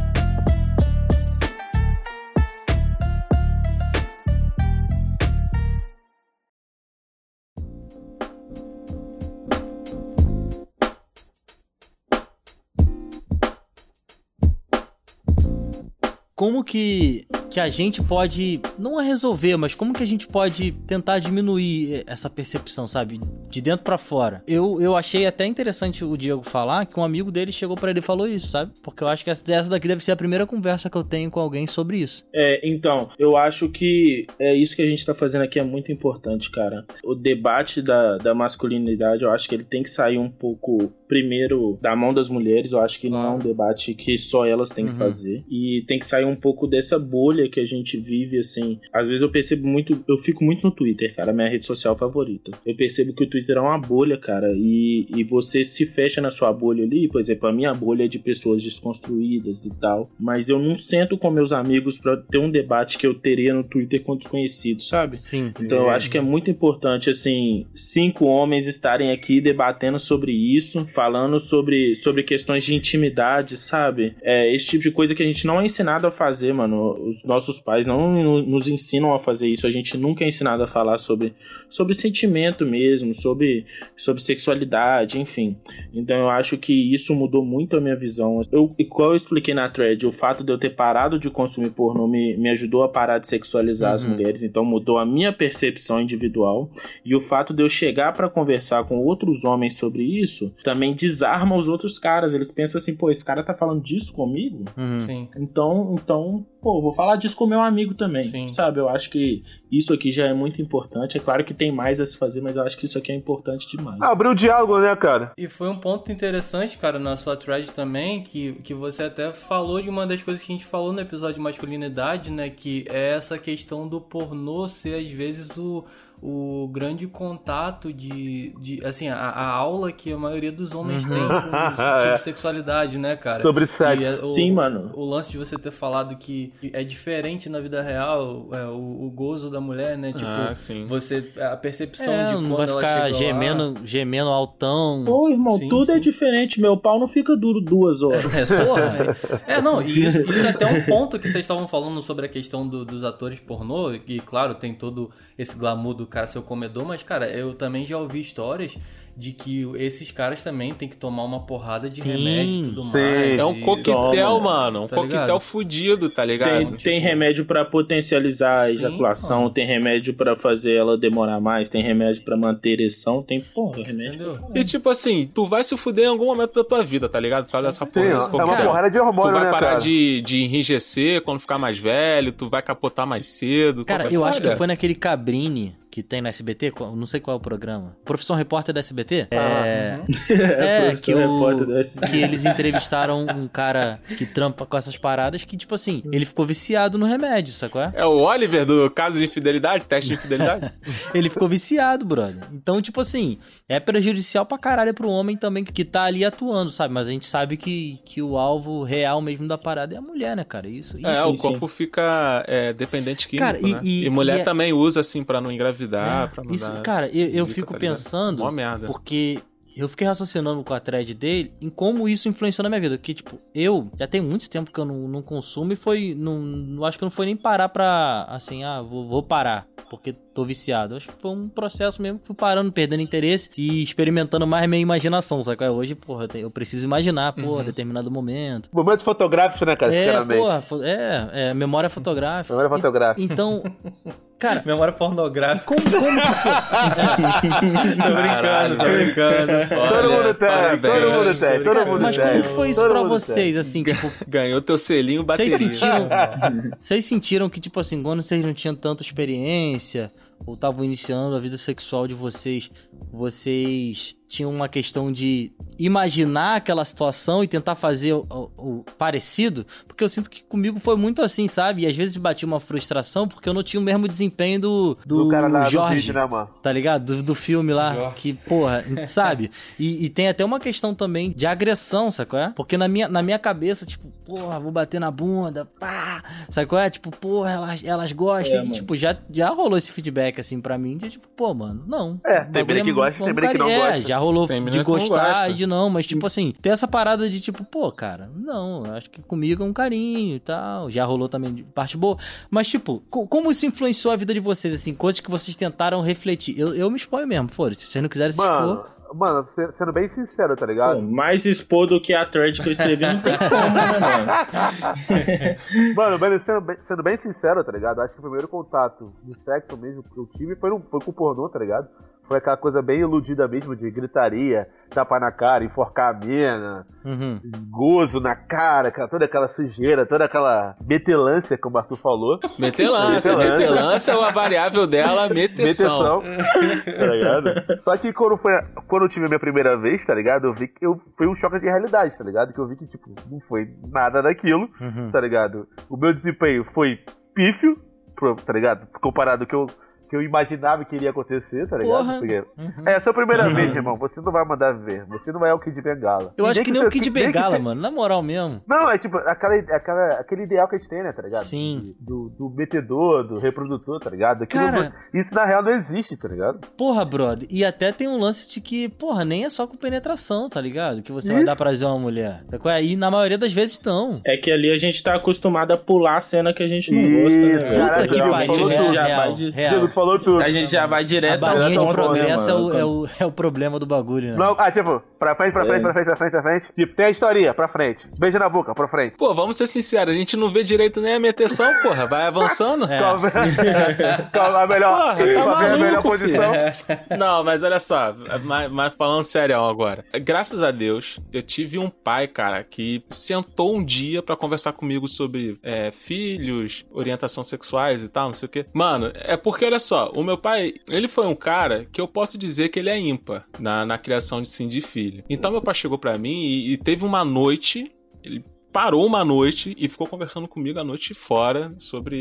Como que, que a gente pode, não é resolver, mas como que a gente pode tentar diminuir essa percepção, sabe? De dentro pra fora. Eu, eu achei até interessante o Diego falar que um amigo dele chegou pra ele e falou isso, sabe? Porque eu acho que essa essa daqui deve ser a primeira conversa que eu tenho com alguém sobre isso. É, então, eu acho que é isso que a gente tá fazendo aqui é muito importante, cara. O debate da, da masculinidade, eu acho que ele tem que sair um pouco, primeiro, da mão das mulheres. Eu acho que não é um debate que só elas têm que Uhum. fazer. E tem que sair um pouco dessa bolha que a gente vive, assim. Às vezes eu percebo muito, eu fico muito no Twitter, cara, minha rede social favorita. Eu percebo que o Twitter é uma bolha, cara, e, e você se fecha na sua bolha ali. Por exemplo, a minha bolha é de pessoas desconstruídas e tal, mas eu não sento com meus amigos pra ter um debate que eu teria no Twitter com desconhecidos, sabe? Sim. Então eu acho que é muito importante, assim, cinco homens estarem aqui debatendo sobre isso, falando sobre, sobre questões de intimidade, sabe? É esse tipo de coisa que a gente não é ensinado a fazer, mano. Os nossos pais não nos ensinam a fazer isso. A gente nunca é ensinado a falar sobre, sobre sentimento mesmo, sobre, sobre sexualidade, enfim. Então eu acho que isso mudou muito a minha visão. Eu, igual eu expliquei na thread, o fato de eu ter parado de consumir pornô me, me ajudou a parar de sexualizar as mulheres, então mudou a minha percepção individual. E o fato de eu chegar pra conversar com outros homens sobre isso também desarma os outros caras. Eles pensam assim, pô, esse cara tá falando disso comigo? Uhum. Sim. Então, então, pô, vou falar disso com meu amigo também, Sim. sabe? Eu acho que isso aqui já é muito importante. É claro que tem mais a se fazer, mas eu acho que isso aqui é importante demais. Ah, abriu o diálogo, né, cara? E foi um ponto interessante, cara, na sua thread também, que, que você até falou de uma das coisas que a gente falou no episódio de masculinidade, né? Que é essa questão do pornô ser, às vezes, o, o grande contato de, de assim, a, a aula que a maioria dos homens uhum. tem com, sobre sexualidade, né, cara? Sobre sexo. É, o, Sim, mano. O lance de você ter falado que é diferente na vida real, é, o, o gozo da mulher, né? Tipo, ah, sim. você, a percepção é, de quando não vai ela ficar chegou gemendo, lá. gemendo altão. Pô, irmão, sim, tudo sim. é diferente. Meu pau não fica duro duas horas. É, porra. É, não, e isso, isso é até um ponto que vocês estavam falando sobre a questão do, dos atores pornô, e claro, tem todo esse glamour do cara ser o comedor, mas, cara, eu também já ouvi histórias de que esses caras também tem que tomar uma porrada de sim, remédio e tudo sim. mais. É um e... coquetel, Toma, mano. Um tá coquetel ligado? fudido, tá ligado? Tem, Tipo... tem remédio pra potencializar a Sim, ejaculação, mano. tem remédio pra fazer ela demorar mais, tem remédio pra manter ereção, tem, porra, remédio. Entendeu? E tipo assim, tu vai se fuder em algum momento da tua vida, tá ligado? Tu faz essa Sim, porra ó, desse é uma coquetel. porrada de Tu hormônio, vai né, parar cara? de, de enrijecer quando ficar mais velho, tu vai capotar mais cedo. Cara, qualquer eu porra acho que dessa. foi naquele Cabrini que tem na S B T, qual- não sei qual é o programa. Profissão Repórter da S B T? É, é Professor que, repórter o, do S B T. que eles entrevistaram um cara que trampa com essas paradas que, tipo assim, ele ficou viciado no remédio, sacou? É o Oliver do caso de infidelidade, teste de infidelidade? Ele ficou viciado, brother. Então, tipo assim, é prejudicial pra caralho pro homem também que tá ali atuando, sabe? Mas a gente sabe que, que o alvo real mesmo da parada é a mulher, né, cara? Isso, isso. É, o sim. corpo fica é, dependente químico, Cara, e- né? e- E, mulher e é- também usa, assim, pra não engravidar, pra não Isso, dar cara, eu, eu zica, fico tá ligado? pensando, Mó merda. porque eu fiquei raciocinando com a thread dele em como isso influenciou na minha vida. Porque, tipo, eu já tem muito tempo que eu não, não consumo e foi. Não, não acho que não foi nem parar pra. Assim, ah, vou, vou parar, porque tô viciado. Acho que foi um processo mesmo que fui parando, perdendo interesse e experimentando mais minha imaginação, sabe? Hoje, porra, eu, tenho- eu preciso imaginar, porra, Uhum. determinado momento. Momentos fotográficos, né, cara? É, Sinceramente. porra, fo- é, é, memória fotográfica. Memória fotográfica. Então, cara, Memória pornográfica. como, como que foi? Tô brincando, tô brincando. Todo mundo tem, parabéns. todo mundo tem, todo Cara, mundo mas tem. como que foi isso Todo pra mundo tem. vocês, assim, tipo, Ganhou teu selinho bateria. vocês sentiram, vocês sentiram que, tipo assim, quando vocês não tinham tanta experiência, ou estavam iniciando a vida sexual de vocês, vocês tinham uma questão de imaginar aquela situação e tentar fazer o, o- o parecido? Porque eu sinto que comigo foi muito assim, sabe? E às vezes batia uma frustração porque eu não tinha o mesmo desempenho do, do, Do cara lá do Jorge, vídeo, né, mano? tá ligado? Do, do filme lá, Jorge. que, porra, sabe? E, e tem até uma questão também de agressão, sabe qual é? Porque na minha, na minha cabeça, tipo, porra, vou bater na bunda, pá, sabe qual é? Tipo, porra, elas, elas gostam. É, e, mano. tipo, já, já rolou esse feedback, assim, pra mim, de tipo, pô, mano, não. É, O tem bagulho mina que gosta, tem vamos mina que não cari- é, gosta. já rolou Tem de mina que não gostar gosta. e de não, mas, tipo assim, tem essa parada de, tipo, pô, cara, não, eu acho que comigo é um carinho e tal. Já rolou também de parte boa. Mas, tipo, co- como isso influenciou a vida de vocês, assim, coisas que vocês tentaram refletir? Eu, eu me exponho mesmo, foda-se. Se vocês não quiserem se expor. Mano, mano, se- sendo bem sincero, tá Pô, ligado? mais expor do que a thread que eu escrevi não tem como, né, mano? Mano, mas sendo bem, sendo bem sincero, tá ligado? Acho que o primeiro contato de sexo mesmo que eu tive foi, no, foi com o pornô, tá ligado? Foi aquela coisa bem iludida mesmo, de gritaria, tapa na cara, enforcar a mina, Uhum. gozo na cara, cara, toda aquela sujeira, toda aquela metelância, como o Arthur falou. Metelância, Metelância. metelância é a variável dela, meteção. Meteção, tá ligado? Só que quando, foi, quando eu tive a minha primeira vez, tá ligado? Eu vi que eu, foi um choque de realidade, tá ligado? Que eu vi que, tipo, não foi nada daquilo, Uhum. tá ligado? O meu desempenho foi pífio, pro- tá ligado? Comparado ao que eu, que eu imaginava que iria acontecer, tá ligado? Porra. Porque Uhum. é a sua primeira vez, irmão. Você não vai mandar ver. Você não é o Kid Bengala. Eu E acho que nem você- o Kid nem que Bengala, você- mano, na moral mesmo. Não, é tipo aquela, aquela, aquele ideal que a gente tem, né, tá ligado? Sim. Do, do metedor, do reprodutor, tá ligado? Aquilo Cara- não- isso na real não existe, tá ligado? Porra, brother. E até tem um lance de que, porra, nem é só com penetração, tá ligado? Que você vai Isso. dar prazer a uma mulher. Tá qual é? E na maioria das vezes não. É que ali a gente tá acostumado a pular a cena que a gente não gosta, né, Isso, velho? cara, Puta que Diego, pariu, falou a gente tudo. já real, vai de... real. Diego, tu falou tudo. A gente já vai A direto barrinha de ao ponto, né, progresso é mano? o, é, o, é o problema do bagulho, né? Não, ah, tipo, pra frente, pra frente, É. pra frente, pra frente, pra frente. Tipo, tem a historinha, pra frente. Beijo na boca, pra frente. Pô, vamos ser sinceros, a gente não vê direito nem a meteção, porra. Vai avançando. É. Qual, qual a melhor, Porra, tá qual a melhor maluco, posição? Não, mas olha só, mas, mas falando sério agora. Graças a Deus, eu tive um pai, cara, que sentou um dia pra conversar comigo sobre é, filhos, orientação sexuais e tal, não sei o quê. Mano, é porque, olha só, o meu pai, ele foi um cara que eu posso dizer que ele é ímpar na, na criação de, sim, de filho. Então meu pai chegou pra mim e, e teve uma noite, ele parou uma noite e ficou conversando comigo a noite fora sobre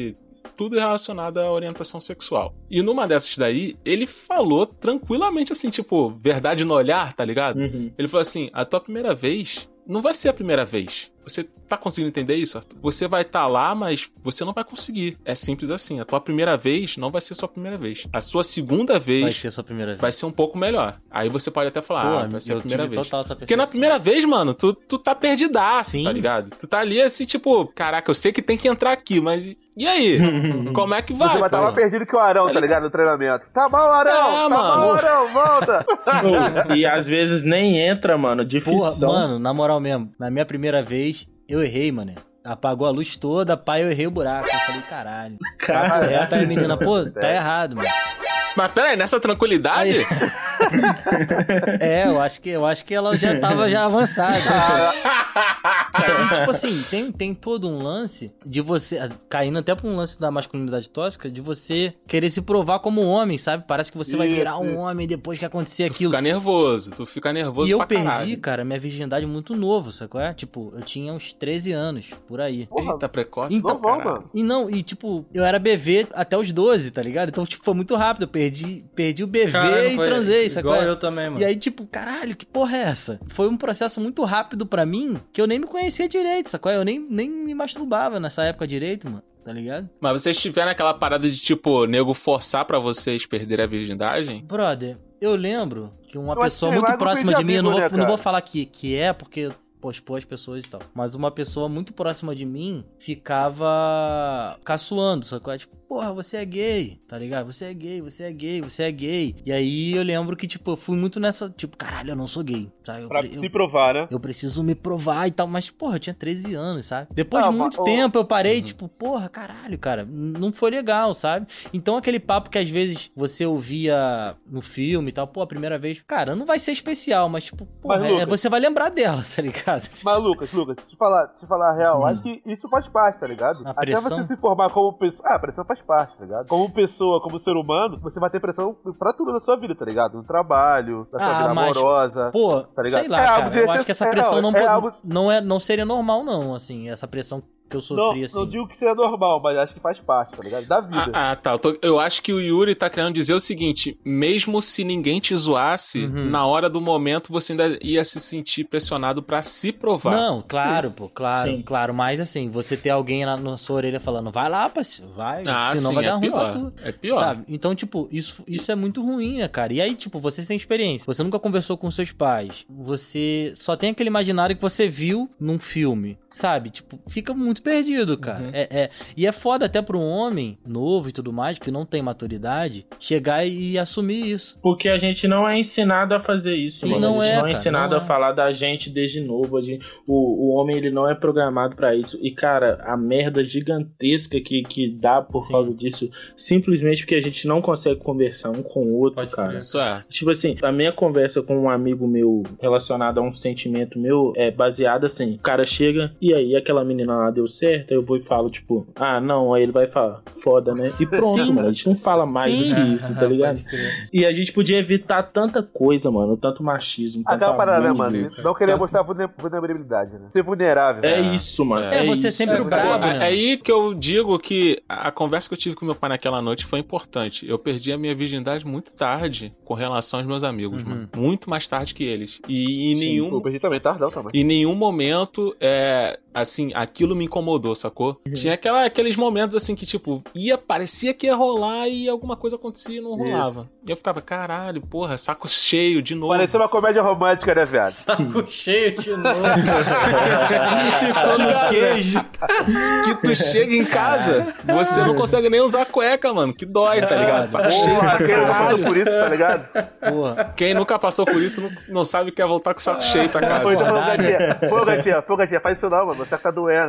tudo relacionado à orientação sexual. E numa dessas daí, ele falou tranquilamente assim, tipo, verdade no olhar, tá ligado? Uhum. Ele falou assim, a tua primeira vez não vai ser a primeira vez. Você tá conseguindo entender isso, Arthur? Você vai estar tá lá, mas você não vai conseguir. É simples assim. A tua primeira vez não vai ser sua primeira vez. A sua segunda vez Vai ser a sua primeira vez. vai ser um pouco melhor. Aí você pode até falar, Pô, ah, vai ser eu a primeira tive vez. total essa Porque na percepção. primeira vez, mano, tu, tu tá perdidaço, Sim. tá ligado? Tu tá ali assim, tipo, caraca, eu sei que tem que entrar aqui, mas e aí? Como é que vai? Você vai estar pô? mais perdido que o Arão, tá ligado? No treinamento. Tá bom, Arão! É, tá mano. bom, Arão, volta! Ô, e às vezes nem entra, mano, de Porra, ficção. mano, na moral mesmo, na minha primeira vez, eu errei, mano. Apagou a luz toda, pai, eu errei o buraco. Eu falei, caralho. Papo reto, aí a menina, pô, tá errado, mano. Mas peraí, nessa tranquilidade? É, eu acho que, eu acho que ela já tava já avançada. E, tipo assim, tem, tem todo um lance de você, caindo até pra um lance da masculinidade tóxica, de você querer se provar como homem, sabe? Parece que você vai Isso, virar um isso. homem depois que acontecer Tu aquilo. fica nervoso, tu fica nervoso E eu pra perdi, caralho. cara, minha virgindade muito novo, sabe qual é? Tipo, eu tinha uns treze anos, por aí. Porra, Eita, precoce então pra vamos, caralho. mano. E não, e tipo, eu era B V até os doze, tá ligado? Então, tipo, foi muito rápido. Eu perdi, perdi o B V Caralho, e foi transei, sabe igual qual é? eu também, mano. E aí, tipo, caralho, que porra é essa? Foi um processo muito rápido pra mim, que eu nem me conhecia direito, sabe qual é? Eu nem, nem me masturbava nessa época direito, mano, tá ligado? Mas vocês tiveram aquela parada de, tipo, nego forçar pra vocês perderem a virgindagem? Brother, eu lembro que uma Eu acho pessoa que muito vai no próxima de mim, eu não vou, amigo, né, não vou cara? falar que, que é, porque pô, expor as pessoas e tal. Mas uma pessoa muito próxima de mim ficava caçoando, sacou? Tipo, porra, você é gay, tá ligado? Você é gay, você é gay, você é gay. E aí eu lembro que, tipo, eu fui muito nessa, tipo, caralho, eu não sou gay, sabe? Eu, Pra pre- eu- se provar, né? eu preciso me provar e tal, mas, porra, eu tinha treze anos, sabe? Depois Ah, de muito mas- tempo eu parei, Uhum. tipo, porra, caralho, cara, não foi legal, sabe? Então aquele papo que às vezes você ouvia no filme e tal, pô, a primeira vez, cara, não vai ser especial, mas, tipo, porra, Mas, é- Lucas- você vai lembrar dela, tá ligado? Mas, Lucas, Lucas, te falar, te falar a real, acho que isso faz parte, tá ligado? A Até pressão? você se formar como pessoa. Ah, a pressão faz parte, tá ligado? Como pessoa, como ser humano, você vai ter pressão pra tudo na sua vida, tá ligado? No trabalho, na sua Ah, vida mas, amorosa. Pô, Tá ligado? sei lá, É algo cara, de eu acho que essa pressão é, não, é po- algo- não, é, não seria normal, não, assim, essa pressão que eu Não, sofri, assim. não digo que seja normal, mas acho que faz parte, tá ligado? Da vida. Ah, ah, tá. Eu, tô- eu acho que o Yuri tá querendo dizer o seguinte: mesmo se ninguém te zoasse, Uhum. na hora do momento você ainda ia se sentir pressionado pra se provar. Não, claro, pô, claro, Sim. claro. Mas assim, você ter alguém na, na sua orelha falando, vai lá, parceiro, vai, Ah, senão sim, vai dar é ruim pra pior. tu. É pior. Sabe? Então, tipo, isso, isso é muito ruim, né, cara? E aí, tipo, você sem experiência, você nunca conversou com seus pais, você só tem aquele imaginário que você viu num filme, sabe? Tipo, fica muito perdido, cara. É, é- e é foda até pra um homem novo e tudo mais, que não tem maturidade, chegar e assumir isso. Porque a gente não é ensinado a fazer isso, Sim, mano. não a gente é, não é cara, ensinado não a é. falar da gente desde novo. A gente, o, o homem, ele não é programado pra isso. E, cara, a merda gigantesca que, que dá por Sim. causa disso, simplesmente porque a gente não consegue conversar um com o outro, Pode cara. crer. Isso é. Tipo assim, a minha conversa com um amigo meu relacionada a um sentimento meu é baseada assim: o cara chega, e aí aquela menina lá deu certo, aí eu vou e falo, tipo, ah, não, aí ele vai falar, foda, né? E pronto, Sim. mano, a gente não fala mais Sim. do que isso, tá ligado? Pode crer. E a gente podia evitar tanta coisa, mano, tanto machismo, tanto Aquela parada, né, abuso. mano? Não querer mostrar vulner- vulnerabilidade, né? Ser vulnerável. É, né? isso, mano. É, você isso. sempre o brabo, É, né? é aí que eu digo que a conversa que eu tive com meu pai naquela noite foi importante. Eu perdi a minha virgindade muito tarde com relação aos meus amigos, Uhum. mano. Muito mais tarde que eles. E em Sim, nenhum pô, eu perdi também, tardão também. Em nenhum momento, é, assim, aquilo me incomodou, sacou? Uhum. Tinha aquela, aqueles momentos, assim, que, tipo, ia, parecia que ia rolar e alguma coisa acontecia e não rolava. E eu ficava, caralho, porra, saco cheio de novo. Parecia uma comédia romântica, né, viado? Saco cheio de novo. Ficou no queijo. Que tu chega em casa, você não consegue nem usar cueca, mano. Que dói, tá ligado? Saco cheio Porra, pra quem não passou caralho. por isso, tá ligado? Porra. Quem nunca passou por isso não, não sabe que quer voltar com o saco cheio pra Pô, então, casa. pô, gatinha, pô, gatinha, pô, gatinha, faz isso não, mano, você tá doendo.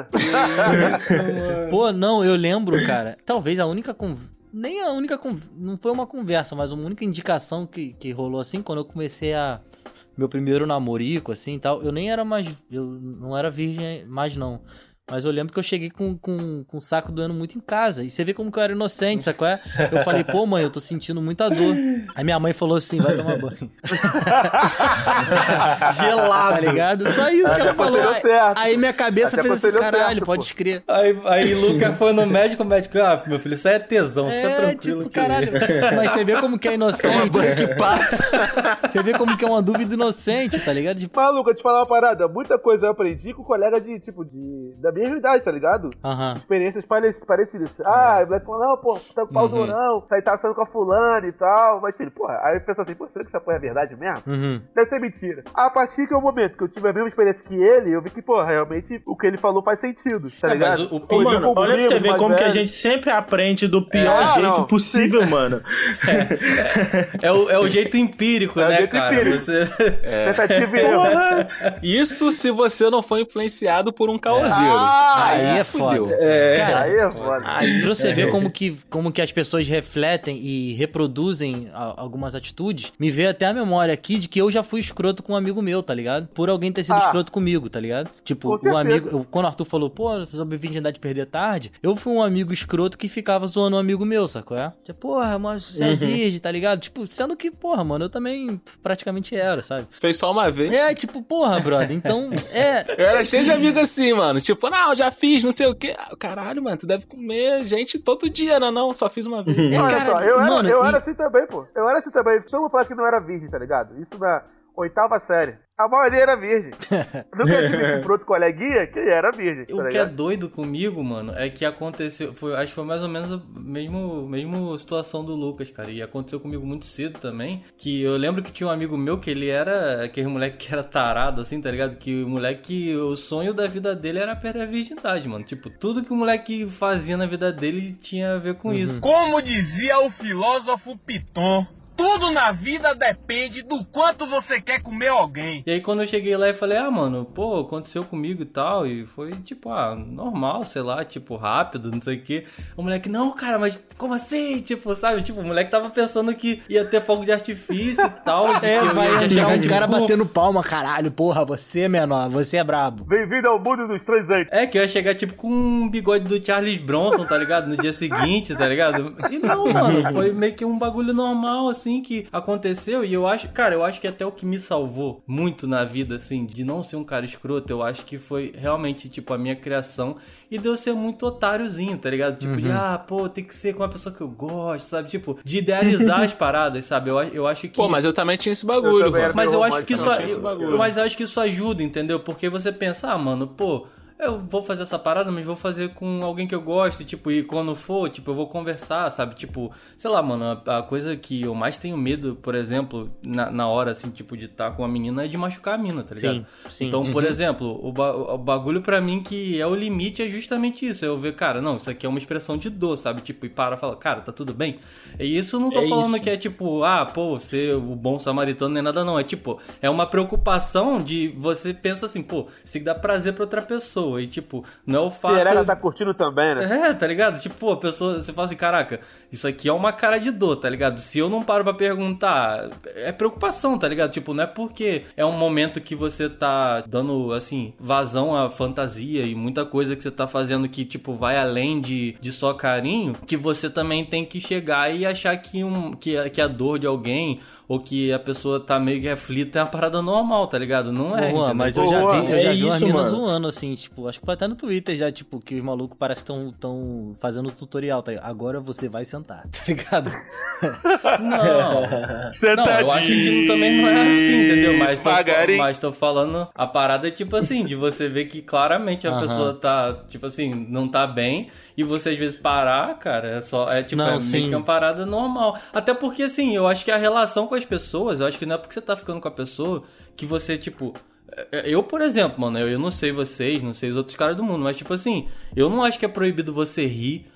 Pô, não, eu lembro, cara. Talvez a única con... nem a única con... não foi uma conversa, mas uma única indicação que, que rolou assim quando eu comecei a meu primeiro namorico assim e tal. Eu nem era mais, eu não era virgem mais não. Mas eu lembro que eu cheguei com, com, com o saco doendo muito em casa. E você vê como que eu era inocente, sabe qual é? Eu falei, pô, mãe, eu tô sentindo muita dor. Aí minha mãe falou assim, vai tomar banho. Gelado. Tá ligado? Só isso que Até ela falou. deu Aí, certo. aí minha cabeça Até fez você assim, deu caralho, certo, pode pô. escrever. Aí, aí Lucas foi no médico, o médico, ah, meu filho, isso aí é tesão, fica É, tranquilo. tipo, que- caralho. Mas você vê como que é inocente. que passa. Você vê como que é uma dúvida inocente, tá ligado? Tipo, Maluco, eu te falar uma parada. Muita coisa eu aprendi com colega de, tipo, de... da mesma idade, tá ligado? aham. Experiências pare- parecidas. Ah, o moleque falou, não, pô, tá com pau durão, sai tá saindo com a fulana e tal. Mas, tipo, porra, aí eu penso assim, pô, será que essa porra é verdade mesmo? Uhum. Deve ser mentira. A partir que é o momento que eu tive a mesma experiência que ele, eu vi que, pô, realmente o que ele falou faz sentido, tá É, ligado? mas o- o- Pô, Ô, mano, livro, olha pra você livro, ver mais como que a velho. gente sempre aprende do pior É, jeito não. possível, mano. É o, é o jeito empírico, É o né, jeito cara? empírico. Você... Tentativa e erro. Isso se você não for influenciado por um caoseiro. Ah, Aí é fudeu. foda. É, Cara, aí é foda. Aí, pra você ver como que, como que as pessoas refletem e reproduzem a- algumas atitudes, me veio até a memória aqui de que eu já fui escroto com um amigo meu, tá ligado? Por alguém ter sido Ah. escroto comigo, tá ligado? Tipo, Com o certeza. amigo... eu- quando o Arthur falou, pô, sobre virgindade de perder tarde, eu fui um amigo escroto que ficava zoando um amigo meu, sacou? É? Tipo, porra, mas você é virgem, tá ligado? Tipo, sendo que, porra, mano, eu também praticamente era, sabe? Fez só uma vez. É, tipo, porra, brother, então, é... Eu era cheio de amigo assim, mano. Tipo, não, já fiz, não sei o quê. Ah, caralho, mano, tu deve comer gente todo dia, não, não? Só fiz uma vez. é, Olha cara, só, eu, era, mano, eu e- era assim também, pô. Eu era assim também. Só vou falar que não era virgem, tá ligado? Isso na oitava série. A maioria era virgem. Nunca admiti pro outro coleguinha que era virgem, tá O que é ligado? doido comigo, mano, é que aconteceu, foi, acho que foi mais ou menos a mesmo, mesmo situação do Lucas, cara, e aconteceu comigo muito cedo também, que eu lembro que tinha um amigo meu que ele era, aquele moleque que era tarado, assim, tá ligado? Que o moleque, o sonho da vida dele era perder a virgindade, mano, tipo, tudo que o moleque fazia na vida dele tinha a ver com isso. Como dizia o filósofo Piton, tudo na vida depende do quanto você quer comer alguém. E aí quando eu cheguei lá e falei, ah, mano, pô, aconteceu comigo e tal, e foi, tipo, ah, normal, sei lá, tipo, rápido, não sei o quê. O moleque, não, cara, mas como assim? Tipo, sabe, tipo, o moleque tava pensando que ia ter fogo de artifício e tal. de É, que eu vai ia entrar chegar um de cara boa. batendo palma, caralho, porra, você é menor, você é brabo. Bem-vindo ao mundo dos transentes. É, que eu ia chegar, tipo, com um bigode do Charles Bronson, tá ligado? No dia seguinte, tá ligado? E não, mano, foi meio que um bagulho normal, assim, que aconteceu. E eu acho, cara, eu acho que até o que me salvou muito na vida, assim, de não ser um cara escroto, eu acho que foi realmente, tipo, a minha criação e de eu ser muito otáriozinho, tá ligado? Tipo, de, ah, pô, tem que ser com uma pessoa que eu gosto, sabe? Tipo, de idealizar as paradas, sabe? Eu, eu acho que... Pô, mas eu também tinha esse bagulho, também era mano. Mas eu acho romântico, que isso, não tinha esse bagulho. eu, mas eu acho que isso ajuda, entendeu? Porque você pensa, ah, mano, pô, eu vou fazer essa parada, mas vou fazer com alguém que eu gosto, tipo, e quando for, tipo, eu vou conversar, sabe? Tipo, sei lá, mano, a, a coisa que eu mais tenho medo, por exemplo, na, na hora, assim, tipo, de estar com a menina é de machucar a mina, tá ligado? Sim, sim. Então, por Uhum. exemplo, o, ba o bagulho pra mim que é o limite é justamente isso, é eu ver, cara, não, isso aqui é uma expressão de dor, sabe? Tipo, e para e fala, cara, tá tudo bem? E isso não tô É falando isso. que é tipo, ah, pô, ser o bom samaritano nem nada, não. É tipo, é uma preocupação de você pensa assim, pô, você tem que dar prazer pra outra pessoa. E tipo, não é o Se fato. ela tá curtindo também, né? É, tá ligado? Tipo, pô, a pessoa, você fala assim, caraca, isso aqui é uma cara de dor, tá ligado? Se eu não paro pra perguntar, é preocupação, tá ligado? Tipo, não é porque é um momento que você tá dando, assim, vazão à fantasia e muita coisa que você tá fazendo que, tipo, vai além de, de só carinho, que você também tem que chegar e achar que, um, que, a- que a dor de alguém ou que a pessoa tá meio que aflita é uma parada normal, tá ligado? Não é. Ô, Juan, entendeu? mas eu já Ô, vi, Juan, eu já é vi umas isso, minas mano. zoando, assim, tipo, acho que foi até no Twitter já, tipo, que os malucos parecem que estão tão fazendo tutorial, tá ligado? Agora você vai sentar, tá ligado? Não. Não, Sentadinho. eu acho que também não é assim, entendeu? Mas tô, Devagarinho. mas tô falando, a parada é tipo assim, de você ver que claramente a Aham. pessoa tá, tipo assim, não tá bem, e você às vezes parar, cara, é só, é tipo, Não, é meio sim. que uma parada normal. Até porque, assim, eu acho que a relação com as pessoas, eu acho que não é porque você tá ficando com a pessoa que você, tipo... Eu, por exemplo, mano, eu, eu não sei vocês, não sei os outros caras do mundo, mas tipo assim, eu não acho que é proibido você rir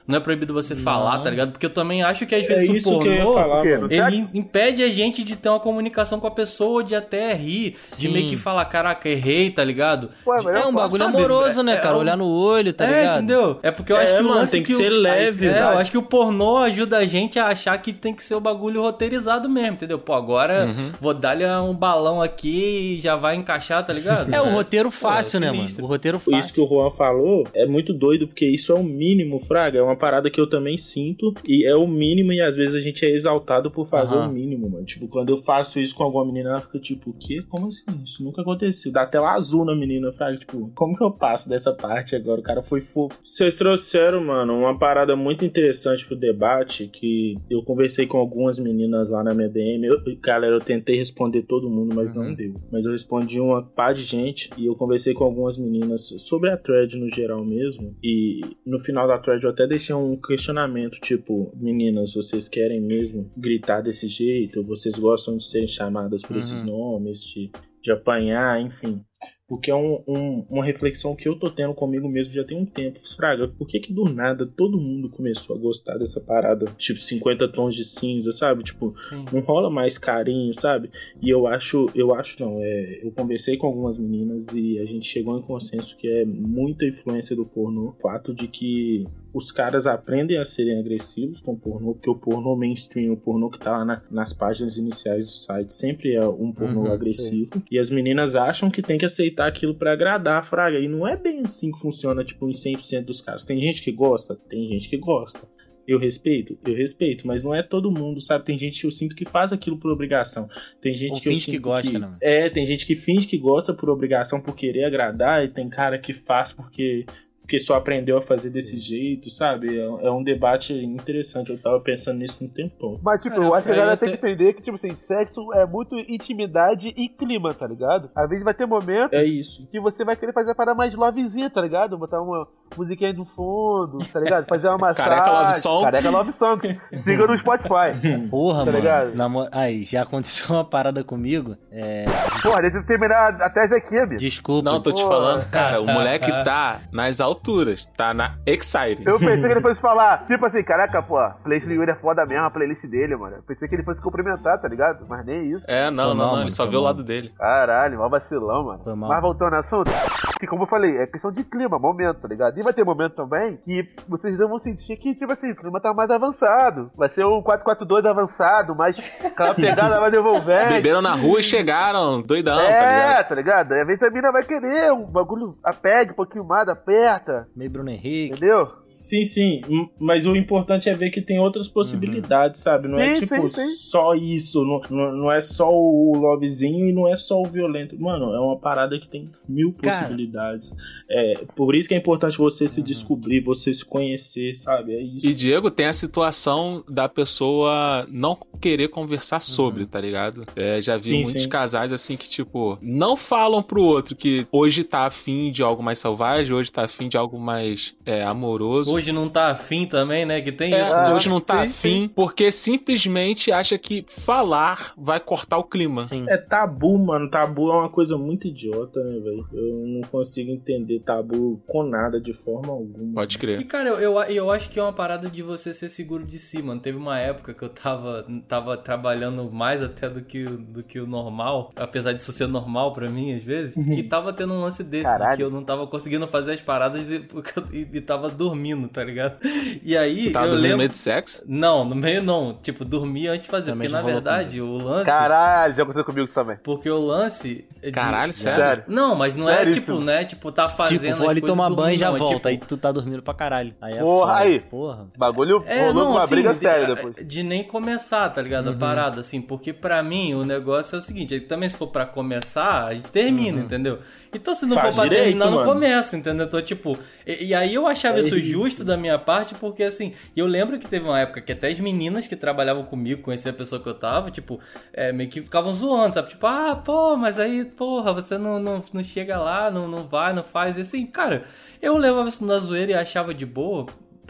não é proibido você Não. falar, tá ligado? Porque eu também acho que às É vezes isso o que eu ia pornô, falar, mano. ele impede a gente de ter uma comunicação com a pessoa, de até rir, Sim. de meio que falar, caraca, errei, tá ligado? Pô, De- mas É um bagulho sabe? amoroso, né, É- cara? é um- Olhar no olho, tá é, ligado? entendeu? É porque eu acho É, que o mano, lance tem que o- ser leve, É, eu verdade. acho que o pornô ajuda a gente a achar que tem que ser o bagulho roteirizado mesmo, entendeu? Pô, agora Uhum. vou dar-lhe um balão aqui e já vai encaixar, tá ligado? É o roteiro fácil, Pô, é né, mano? sinistro. O roteiro fácil. Isso que o Juan falou é muito doido, porque isso é o mínimo, fraga. É uma parada que eu também sinto. E é o mínimo, e às vezes a gente é exaltado por fazer Aham. o mínimo, mano. Tipo, quando eu faço isso com alguma menina, ela fica tipo, o quê? Como assim? Isso nunca aconteceu. Dá tela azul na menina, fraga. Tipo, como que eu passo dessa parte agora? O cara foi fofo. Vocês trouxeram, mano, uma parada muito interessante pro debate, que eu conversei com algumas meninas lá na minha D M. Eu, galera, eu tentei responder todo mundo, mas não deu. Mas eu respondi uma pá de gente e eu conversei com algumas meninas sobre a thread no geral mesmo. E no final da thread eu até deixei um questionamento, tipo, meninas, vocês querem mesmo gritar desse jeito? Vocês gostam de serem chamadas por Uhum. esses nomes, de, de apanhar, enfim. Porque é um, um, uma reflexão que eu tô tendo comigo mesmo já tem um tempo. Fraga, por que que do nada todo mundo começou a gostar dessa parada? Tipo, cinquenta tons de cinza, sabe? Tipo, Sim. não rola mais carinho, sabe? E eu acho, eu acho não, é, eu conversei com algumas meninas e a gente chegou em consenso que é muita influência do pornô. O fato de que os caras aprendem a serem agressivos com o pornô, porque o pornô mainstream, o pornô que tá lá na, nas páginas iniciais do site, sempre é um pornô Uhum, agressivo. E as meninas acham que tem que aceitar aquilo pra agradar, fraga. E não é bem assim que funciona, tipo, em cem por cento dos casos. Tem gente que gosta? Tem gente que gosta. Eu respeito? Eu respeito, mas não é todo mundo, sabe? Tem gente que eu sinto que faz aquilo por obrigação. Tem gente Ou que eu finge que sinto gosta, que... né, mano? É, tem gente que finge que gosta por obrigação, por querer agradar, e tem cara que faz porque... porque só aprendeu a fazer desse jeito, sabe? É, é um debate interessante. Eu tava pensando nisso um tempão. Mas, tipo, Cara, eu acho que a aí galera até- tem que entender que, tipo assim, sexo é muito intimidade e clima, tá ligado? Às vezes vai ter momentos É isso. que você vai querer fazer a parada mais lovezinha, tá ligado? Botar uma musiquinha no fundo, tá ligado? Fazer uma massagem. Careca Love Songs. Careca Love Songs. Siga no Spotify. Porra, Tá mano. ligado? Namo- Aí, já aconteceu uma parada comigo. É. Porra, deixa eu terminar a tese aqui, amigo. Desculpa. Não, tô te Pô. falando, cara, o moleque tá nas alturas, tá na Exciting. Eu pensei que ele fosse falar, tipo assim, caraca, pô, a playlist do Yuri é foda mesmo, a playlist dele, mano. Eu pensei que ele fosse cumprimentar, tá ligado? Mas nem isso. É, não, Foi não, mal, não, mano, ele só foi viu o mal. lado dele. Caralho, mó vacilão, mano. Foi mal. Mas voltando ao assunto, que como eu falei, é questão de clima, momento, tá ligado? E vai ter momento também que vocês não vão sentir que, tipo assim, o clima tá mais avançado. Vai ser o quatro quatro dois avançado, mais aquela pegada mais envolvente. Beberam na rua e chegaram, doidão, tá É, ligado? tá ligado? Aí às vezes a mina vai querer um bagulho, apegue um pouquinho mais, aperta, Meio Bruno Henrique. entendeu? Sim, sim. M- Mas o importante é ver que tem outras possibilidades, sabe? Não é Sim, tipo sim, sim. só isso. Não, não, não é só o lovezinho e não é só o violento. Mano, é uma parada que tem mil Cara. possibilidades. É, por isso que é importante você se descobrir, você se conhecer, sabe? É isso. E Diego tem a situação da pessoa não querer conversar sobre, tá ligado? É, já vi Sim, muitos sim. casais assim que, tipo, não falam pro outro que hoje tá afim de algo mais selvagem, hoje tá afim de algo mais é, amoroso. Hoje não tá afim também, né? Que tem É, isso. Ah, hoje não tá sim, afim, porque simplesmente acha que falar vai cortar o clima. Sim. É tabu, mano. Tabu é uma coisa muito idiota, né, velho? Eu não consigo entender tabu com nada, de forma alguma. Pode E, crer. cara, eu, eu, eu acho que é uma parada de você ser seguro de si, mano. Teve uma época que eu tava, tava trabalhando mais até do que, o- do que o normal, apesar disso ser normal pra mim, às vezes, que tava tendo um lance desse, de Caralho. que eu não tava conseguindo fazer as paradas e, porque eu- e, e tava dormindo, tá ligado? E aí, Tu tava eu dormindo no lembro... meio de sexo? Não, no meio não. Tipo, dormir antes de fazer. Também Porque, já na rolou verdade, o lance... Caralho, já aconteceu comigo isso também. Porque o lance... é de- Caralho, sério? Sério. Não, mas não é Seríssimo. tipo, né? Tipo, tá fazendo Tipo, vou as ali coisas tomar dormindo, banho e já não, é volta. tipo- Aí tu tá dormindo pra caralho. Aí é Porra, foda. aí. Porra. Bagulho É, rolou não, uma assim, briga de- séria de, depois. de nem começar, tá ligado? A parada, assim, porque pra mim o negócio é o seguinte, também se for pra começar, a gente termina, entendeu? Então se não Faz for pra direito, terminar, não mano. começa, entendeu? Então, tipo, e, e aí eu achava É isso isso. justo da minha parte, porque assim, eu lembro que teve uma época que até as meninas que trabalhavam comigo, conheciam a pessoa que eu tava, tipo, é, meio que ficavam zoando, sabe? Tipo, ah, pô, mas aí, porra, você não, não, não chega lá, não, não vai, não faz, e assim, cara, eu levava isso na zoeira e achava de boa.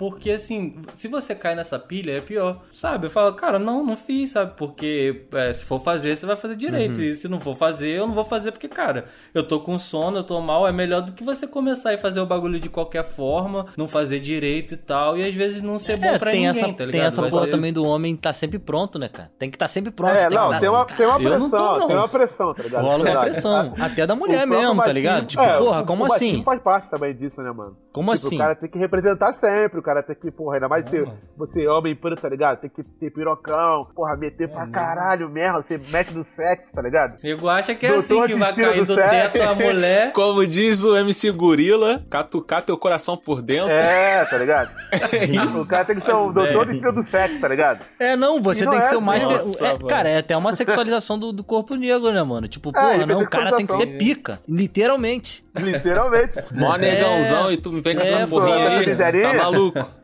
porque assim, se você cai nessa pilha, é pior, sabe? Eu falo, cara, não, não fiz, sabe? Porque é, se for fazer, você vai fazer direito. Uhum. E se não for fazer, eu não vou fazer porque, cara, eu tô com sono, eu tô mal, é melhor do que você começar e fazer o bagulho de qualquer forma, não fazer direito e tal, e às vezes não ser é, bom pra tem ninguém, essa, tá ligado? Tem essa vai porra ser... também do homem tá sempre pronto, né, cara? Tem que estar tá sempre pronto. É, tem não, que tem, uma, tem uma pressão, tô, não. tem uma pressão, tá ligado? Rola uma pressão, até da mulher mesmo, machismo, tá ligado? Tipo, é, porra, o, como o assim? faz parte também disso, né, mano? Como tipo, assim? O cara tem que representar sempre, o cara tem que, porra, ainda mais se você é homem preto, tá ligado? Tem que ter pirocão, porra, meter é, pra caralho mesmo, você mete no sexo, tá ligado? Nego acha que é Doutor assim que vai cair do, do teto a mulher. Como diz o M C Gorila, catucar teu coração por dentro. É, tá ligado? É isso. O cara tem que ser o doutor do estilo do sexo, tá ligado? É, não, você tem que ser o mais... Nossa, é, cara, é até uma sexualização do, do corpo negro, né, mano? Tipo, É, porra, não, o cara tem que ser pica. Literalmente. Literalmente. Mó negãozão é, e tu me vem com essa é, porrinha aí. Miseria. Tá maluco?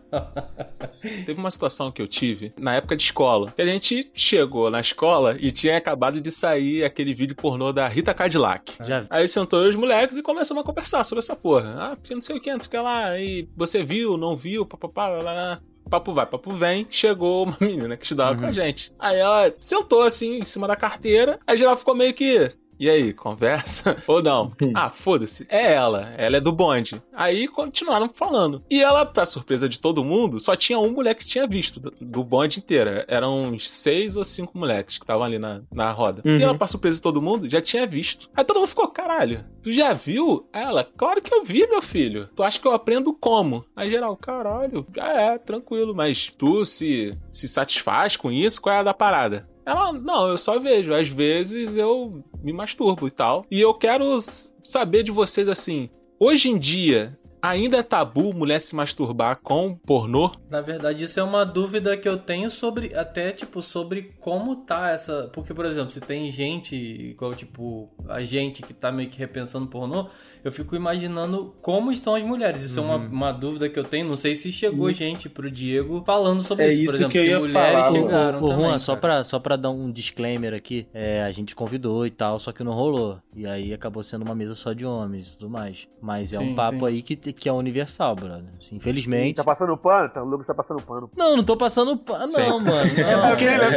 Teve uma situação que eu tive na época de escola. Que a gente chegou na escola e tinha acabado de sair aquele vídeo pornô da Rita Cadillac. Já vi. Aí sentou os moleques e começamos a conversar sobre essa porra. Ah, porque não sei o que, não sei o que lá. E você viu, não viu, papapá, lá, lá. Papo vai, papo vem, chegou uma menina que estudava uhum. com a gente. Aí ela sentou assim, em cima da carteira, aí geral ficou meio que... E aí, conversa? Ou não? Ah, foda-se. É ela. Ela é do bonde. Aí continuaram falando. E ela, pra surpresa de todo mundo, só tinha um moleque que tinha visto do, do bonde inteiro. Eram uns seis ou cinco moleques que estavam ali na, na roda. Uhum. E ela, pra surpresa de todo mundo, já tinha visto. Aí todo mundo ficou, caralho, tu já viu? Ela, claro que eu vi, meu filho. Tu acha que eu aprendo como? Aí geral, caralho, já é, tranquilo. Mas tu se, se satisfaz com isso? Qual é a da parada? Ela, não, eu só vejo. Às vezes eu me masturbo e tal. E eu quero saber de vocês, assim, hoje em dia, ainda é tabu mulher se masturbar com pornô? Na verdade, isso é uma dúvida que eu tenho sobre, até, tipo, sobre como tá essa... Porque, por exemplo, se tem gente, igual, tipo, a gente que tá meio que repensando pornô, eu fico imaginando como estão as mulheres. Isso uhum. é uma, uma dúvida que eu tenho. Não sei se chegou uhum. gente pro Diego falando sobre é isso, por isso exemplo, que eu se ia mulheres falar. chegaram ô, ô, também. Juan, só pra, só pra dar um disclaimer aqui, é, a gente convidou e tal, só que não rolou. E aí acabou sendo uma mesa só de homens e tudo mais. Mas é sim, um papo sim. aí que, que é universal, brother. Assim, infelizmente... Tá passando pano? Tá, o Lucas tá passando pano. Não, não tô passando pano, não, mano. Não. É porque... É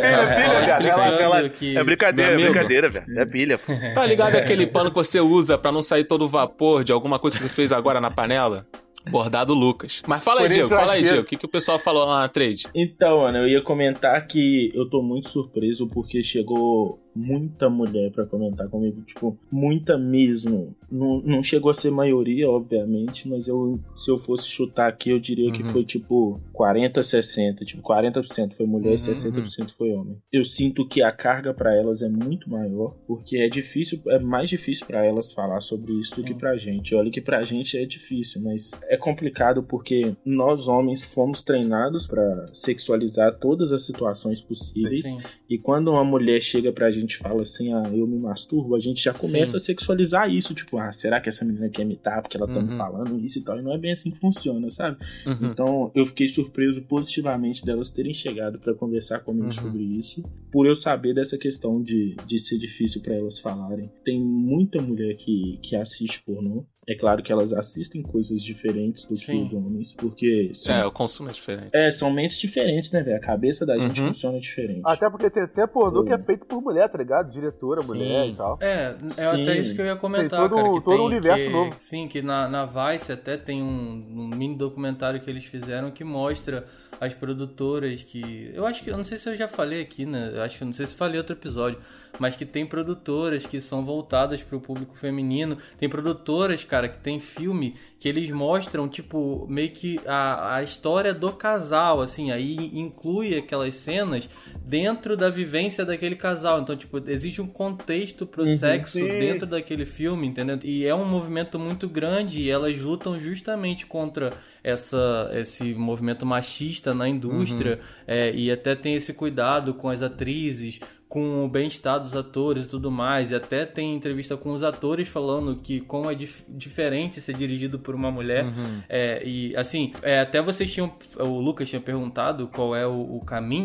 brincadeira, é brincadeira, velho. É pilha, pô. Tá ligado aquele pano que você usa pra não sair todo o vapor de alguma coisa que você fez agora na panela? Bordado Lucas. Mas fala aí, Diego, fala aí, Diego. O que, que o pessoal falou lá na trade? Então, mano, eu ia comentar que eu tô muito surpreso porque chegou muita mulher pra comentar comigo, tipo, muita mesmo. Não, não chegou a ser maioria, obviamente, mas eu, se eu fosse chutar aqui, eu diria uhum. que foi tipo quarenta, sessenta, tipo, quarenta por cento foi mulher e uhum. sessenta por cento foi homem. Eu sinto que a carga pra elas é muito maior, porque é difícil, é mais difícil pra elas falar sobre isso do que pra gente. Olha que pra gente é difícil, mas é complicado porque nós homens fomos treinados pra sexualizar todas as situações possíveis, sim, sim. E quando uma mulher chega pra gente gente fala assim, ah, eu me masturbo, a gente já começa Sim. a sexualizar isso, tipo, ah, será que essa menina quer imitar porque ela tá uhum. me falando isso e tal, e não é bem assim que funciona, sabe? Uhum. Então, eu fiquei surpreso positivamente delas terem chegado pra conversar comigo uhum. sobre isso, por eu saber dessa questão de, de ser difícil pra elas falarem. Tem muita mulher que, que assiste pornô. É claro que elas assistem coisas diferentes do que Sim. os homens, porque... São, é, o consumo é diferente. É, são mentes diferentes, né, velho? A cabeça da gente uhum. funciona diferente. Até porque tem até pornô que é feito por mulher, tá ligado? Diretora, Sim. mulher e tal. É, é até isso que eu ia comentar, tem todo, cara. Que todo tem, um universo que, novo. Sim, que na, na Vice até tem um, um mini documentário que eles fizeram que mostra as produtoras que... Eu acho que... Eu não sei se eu já falei aqui, né? Eu acho que não sei se falei outro episódio, mas que tem produtoras que são voltadas pro público feminino. Tem produtoras, cara, que tem filme que eles mostram, tipo, meio que a, a história do casal, assim, aí inclui aquelas cenas dentro da vivência daquele casal. Então, tipo, existe um contexto pro uhum, sexo sim. dentro daquele filme, entendeu? E é um movimento muito grande e elas lutam justamente contra essa, esse movimento machista na indústria, uhum. é, e até tem esse cuidado com as atrizes, com o bem-estar dos atores e tudo mais, e até tem entrevista com os atores falando que como é dif- diferente ser dirigido por uma mulher, uhum. é, e assim, é, até vocês tinham, o Lucas tinha perguntado qual é o, o caminho,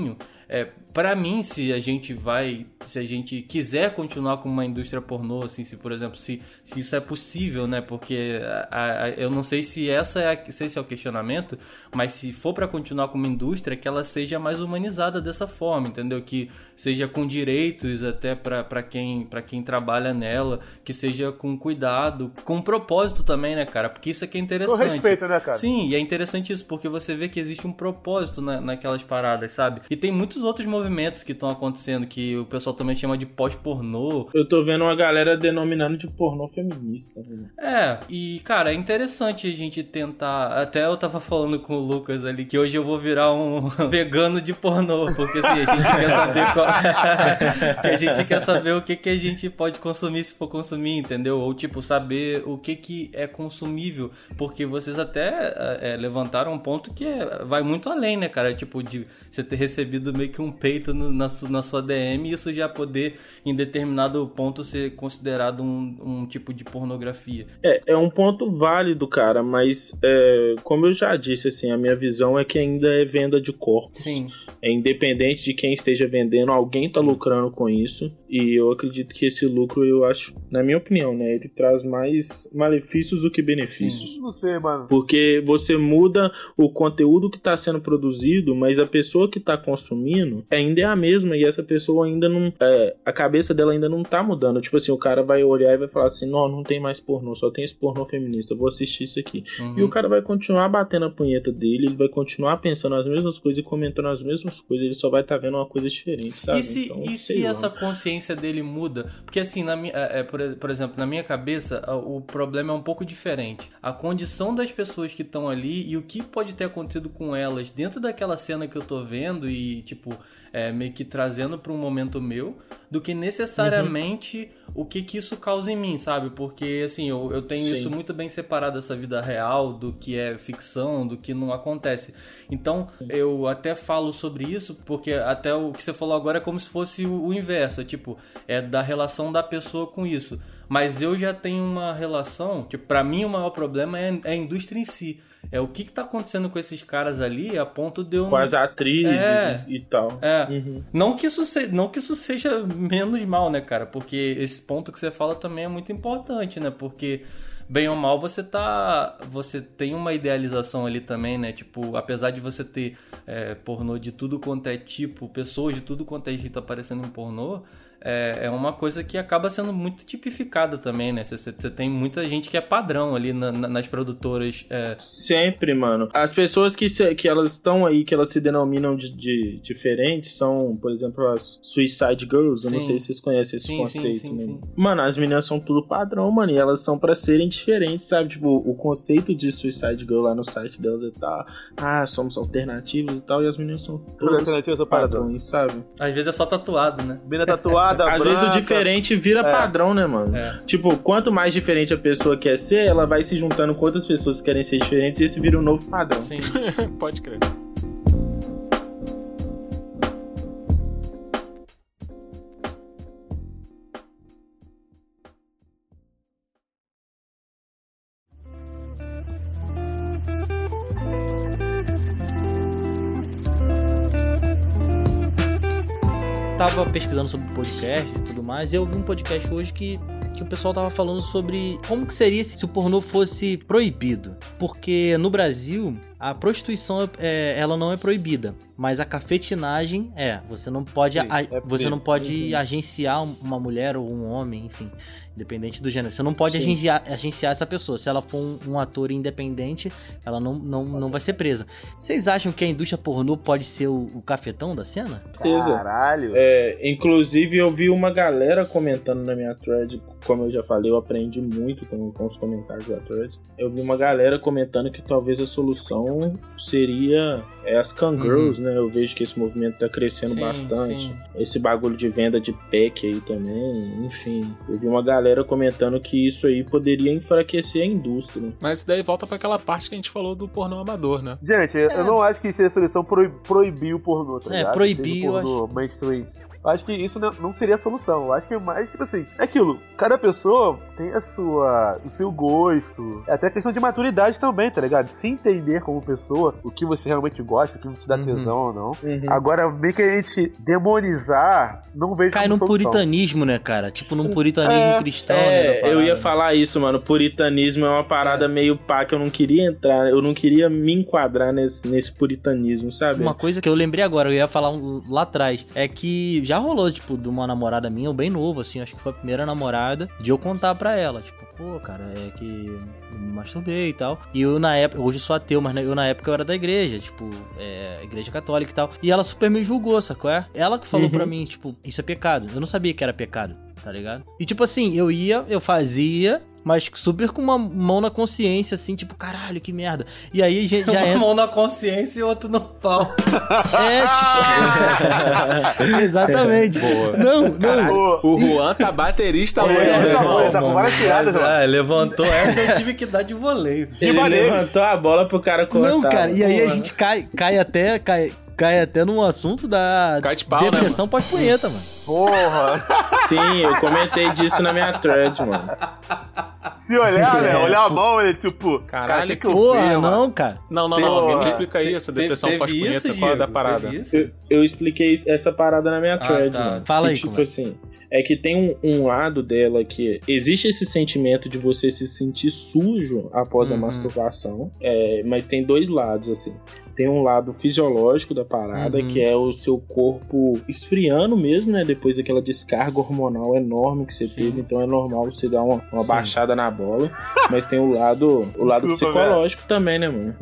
É, pra mim, se a gente vai, se a gente quiser continuar com uma indústria pornô, assim, se por exemplo, se, se isso é possível, né, porque a, a, eu não sei se essa é a, se esse é o questionamento, mas se for pra continuar com uma indústria, que ela seja mais humanizada dessa forma, entendeu? Que seja com direitos até pra, pra, quem, pra quem trabalha nela, que seja com cuidado, com propósito também, né, cara? Porque isso aqui é interessante. Com respeito, né, cara? Sim, e é interessante isso, porque você vê que existe um propósito na, naquelas paradas, sabe? E tem muitos outros movimentos que estão acontecendo, que o pessoal também chama de pós-pornô. Eu tô vendo uma galera denominando de pornô feminista. Né? É, e cara, é interessante a gente tentar. Até eu tava falando com o Lucas ali que hoje eu vou virar um vegano de pornô, porque assim, a gente quer saber qual... que a gente quer saber o que, que a gente pode consumir se for consumir, entendeu? Ou tipo, saber o que, que é consumível, porque vocês até é, levantaram um ponto que é, vai muito além, né, cara? Tipo, de você ter recebido meio que um peito no, na, na sua D M e isso já poder, em determinado ponto, ser considerado um, um tipo de pornografia. É, é um ponto válido, cara, mas é, como eu já disse, assim, a minha visão é que ainda é venda de corpos. Sim. É independente de quem esteja vendendo, alguém tá lucrando com isso, e eu acredito que esse lucro, eu acho, na minha opinião, né, ele traz mais malefícios do que benefícios. Sim. Não sei, mano. Porque você muda o conteúdo que tá sendo produzido, mas a pessoa que tá consumindo ainda é a mesma, e essa pessoa ainda não, é, a cabeça dela ainda não tá mudando. Tipo assim, o cara vai olhar e vai falar assim, não, não tem mais pornô, só tem esse pornô feminista, vou assistir isso aqui. Uhum. E o cara vai continuar batendo a punheta dele, ele vai continuar pensando as mesmas coisas e comentando as mesmas coisas, ele só vai estar tá vendo uma coisa diferente, sabe? E se, então, e se essa consciência dele muda? Porque assim, na minha, é, por, por exemplo, na minha cabeça, o problema é um pouco diferente. A condição das pessoas que estão ali e o que pode ter acontecido com elas dentro daquela cena que eu tô vendo e, tipo, é, meio que trazendo para um momento meu, do que necessariamente uhum. o que que isso causa em mim, sabe? Porque, assim, eu, eu tenho Sim. isso muito bem separado, essa vida real, do que é ficção, do que não acontece. Então, eu até falo sobre isso, porque até o que você falou agora é como se fosse o, o inverso, é tipo, é da relação da pessoa com isso. Mas eu já tenho uma relação, tipo, pra mim o maior problema é, é a indústria em si. É o que que tá acontecendo com esses caras ali a ponto de eu... Com as atrizes é, e, e tal. É. Uhum. Não, que isso se, não que isso seja menos mal, né, cara? Porque esse ponto que você fala também é muito importante, né? Porque... bem ou mal, você tá. Você tem uma idealização ali também, né? Tipo, apesar de você ter é, pornô de tudo quanto é tipo, pessoas de tudo quanto é jeito aparecendo em pornô, é, é uma coisa que acaba sendo muito tipificada também, né? Você, você tem muita gente que é padrão ali na, na, nas produtoras. É... Sempre, mano. As pessoas que, se, que elas estão aí, que elas se denominam de, de diferentes, são, por exemplo, as Suicide Girls. Eu sim. não sei se vocês conhecem esse sim, conceito, sim, sim, né? Sim. Mano, as meninas são tudo padrão, mano, e elas são pra serem diferentes, sabe? Tipo, o conceito de Suicide Girl lá no site delas é tal, ah, somos alternativos e tal, e as meninas são todas padrões, sabe? Às vezes é só tatuado, né? Mina tatuada, Às branca. vezes o diferente vira é. padrão, né, mano? É. Tipo, quanto mais diferente a pessoa quer ser, ela vai se juntando com outras pessoas que querem ser diferentes e esse vira um novo padrão. Sim. Pode crer. Tava pesquisando sobre podcast e tudo mais, e eu vi um podcast hoje que, que o pessoal tava falando sobre como que seria se o pornô fosse proibido. Porque no Brasil, a prostituição, é, ela não é proibida, mas a cafetinagem é. Você não pode, Sim, a, é você não pode uhum. agenciar uma mulher ou um homem, enfim, independente do gênero. Você não pode agenciar, agenciar essa pessoa. Se ela for um, um ator independente, ela não, não, não vai ser presa. Vocês acham que a indústria pornô pode ser o, o cafetão da cena? Caralho. É, inclusive, eu vi uma galera comentando na minha thread, como eu já falei, eu aprendi muito com, com os comentários da thread. Eu vi uma galera comentando que talvez a solução seria é, as Cangirls, uhum. né? Eu vejo que esse movimento tá crescendo sim, bastante. Sim. Esse bagulho de venda de pack aí também, enfim. Eu vi uma galera comentando que isso aí poderia enfraquecer a indústria. Mas daí volta pra aquela parte que a gente falou do pornô amador, né? Gente, é. eu não acho que seja a solução pro, proibir o pornô, tá ligado? É, proibir o pornô acho... mainstream. Eu acho que isso não seria a solução. Eu acho que é mais, tipo assim, é aquilo. Cada pessoa tem a sua, o seu gosto. É até questão de maturidade também, tá ligado? Se entender como como pessoa, o que você realmente gosta, o que te dá Uhum. tesão ou não. Uhum. Agora, meio que a gente demonizar, não vejo Cai como num solução. puritanismo, né, cara? Tipo, num puritanismo É, cristão, né? da É, eu parada, ia né? falar isso, mano. Puritanismo é uma parada meio pá que eu não queria entrar, eu não queria me enquadrar nesse, nesse puritanismo, sabe? Uma coisa que eu lembrei agora, eu ia falar um- lá atrás, é que já rolou, tipo, de uma namorada minha, bem novo, assim, acho que foi a primeira namorada, de eu contar pra ela, tipo, pô, cara, é que eu me masturbei e tal. E eu na época, hoje eu sou ateu, mas eu na época eu era da igreja, tipo, é, igreja católica e tal. E ela super me julgou, sacou? É? Ela que falou Uhum. pra mim, tipo, isso é pecado. Eu não sabia que era pecado, tá ligado? E tipo assim, eu ia, eu fazia, mas super com uma mão na consciência, assim, tipo, caralho, que merda. E aí a gente já Uma entra... mão na consciência e outro no pau. É, tipo... Exatamente. Boa. Não, não. O Juan tá baterista É, hoje, tá né, bom, irmão? tá com várias tiradas, mano. Ah, levantou essa, eu tive que dar de voleio. Ele maneiro. levantou a bola pro cara cortar. Não, cara, e aí a Porra. gente cai, cai até, cai, cai até num assunto da Cai de pau, né, depressão pós-punheta, mano. Porra! Sim, eu comentei disso na minha thread, mano. Se olhar, né? Olhar a mão, ele tipo. Caralho, cara, que eu Porra, fiz, mano? não, cara. Não, não, não. Alguém me Porra. explica isso. A depressão Teve pós-punheta, isso, fala da Diego? parada. Teve isso? Eu, eu expliquei essa parada na minha Ah, thread, tá. mano. Fala Que, aí, tipo como é? assim, é que tem um, um lado dela que existe esse sentimento de você se sentir sujo após a Uhum. masturbação, é, mas tem dois lados, assim. Tem um lado fisiológico da parada, Uhum. que é o seu corpo esfriando mesmo, né? Depois daquela descarga hormonal enorme que você teve. Então é normal você dar uma, uma Sim. baixada na bola. Mas tem o lado, o lado Desculpa, psicológico também, né, mano?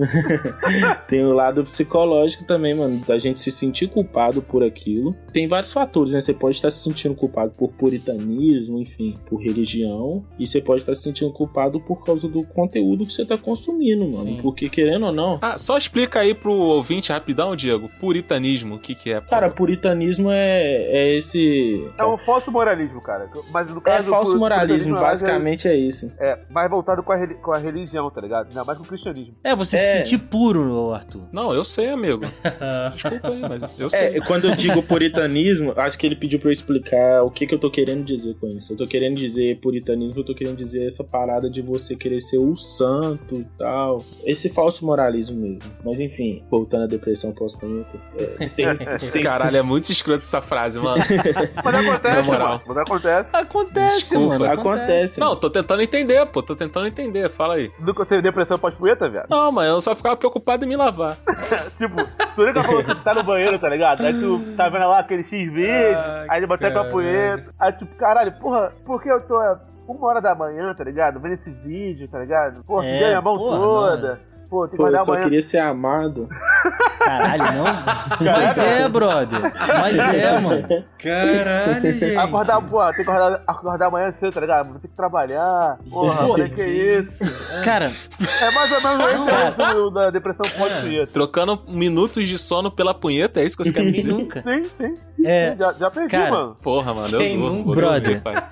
Tem o lado psicológico também, mano. Da gente se sentir culpado por aquilo. Tem vários fatores, né? Você pode estar se sentindo culpado por puritanismo, enfim, por religião. E você pode estar se sentindo culpado por causa do conteúdo que você tá consumindo, mano. Sim. Porque, querendo ou não, Ah, só explica aí pro ouvinte rapidão, Diego. Puritanismo, o que que é? pô? cara, puritanismo é, é esse... É um falso moralismo, cara. Mas no É caso falso do moralismo, puritanismo, é mais- basicamente é isso. É, mais voltado com a, reli- com a religião, tá ligado? Ainda mais com o cristianismo. É, você É. se sentir puro, Arthur. Não, eu sei, amigo. Desculpa aí, mas eu sei. É, quando eu digo puritanismo, acho que ele pediu pra eu explicar o que, que eu tô querendo dizer com isso. Eu tô querendo dizer puritanismo, eu tô querendo dizer essa parada de você querer ser o santo e tal. Esse falso moralismo mesmo. Mas enfim, voltando à depressão pós-punheta. É, tem, tem, Caralho, é muito escroto essa frase, mano. Mas acontece, Na moral. mano. Mas acontece. Acontece, Desculpa. mano. acontece. Não, tô tentando entender, pô. Tô tentando entender. Fala aí. Nunca teve depressão pós-punheta, viado? Não, mas eu só ficava preocupado em me lavar. Tipo, tu nunca falou que tu tá no banheiro, tá ligado? Aí tu tá vendo lá aquele X-vídeo, Ai, aí ele botou pra caralho. punheta. Aí tipo, caralho, porra, por que eu tô é, uma hora da manhã, tá ligado? Vendo esse vídeo, tá ligado? Porra, É, sujei minha mão porra, toda. Pô, tem que Pô, eu guardar só amanhã. queria ser amado. Caralho, não? Mas é, brother. Mas é, mano. Caralho, gente. Acordar, pô, tem que acordar, acordar amanhã cedo, tá ligado? Vou ter que trabalhar. Porra, Porra. olha que isso. Cara, É mais ou menos cara. isso do- da depressão pós-punheta. Trocando minutos de sono pela punheta, é isso que você quer me quem dizer? nunca? Sim, sim. É, Sim, já, já perdi, cara, mano. Porra, mano, eu Quem durmo, nunca? vou Brother. dormir, pai.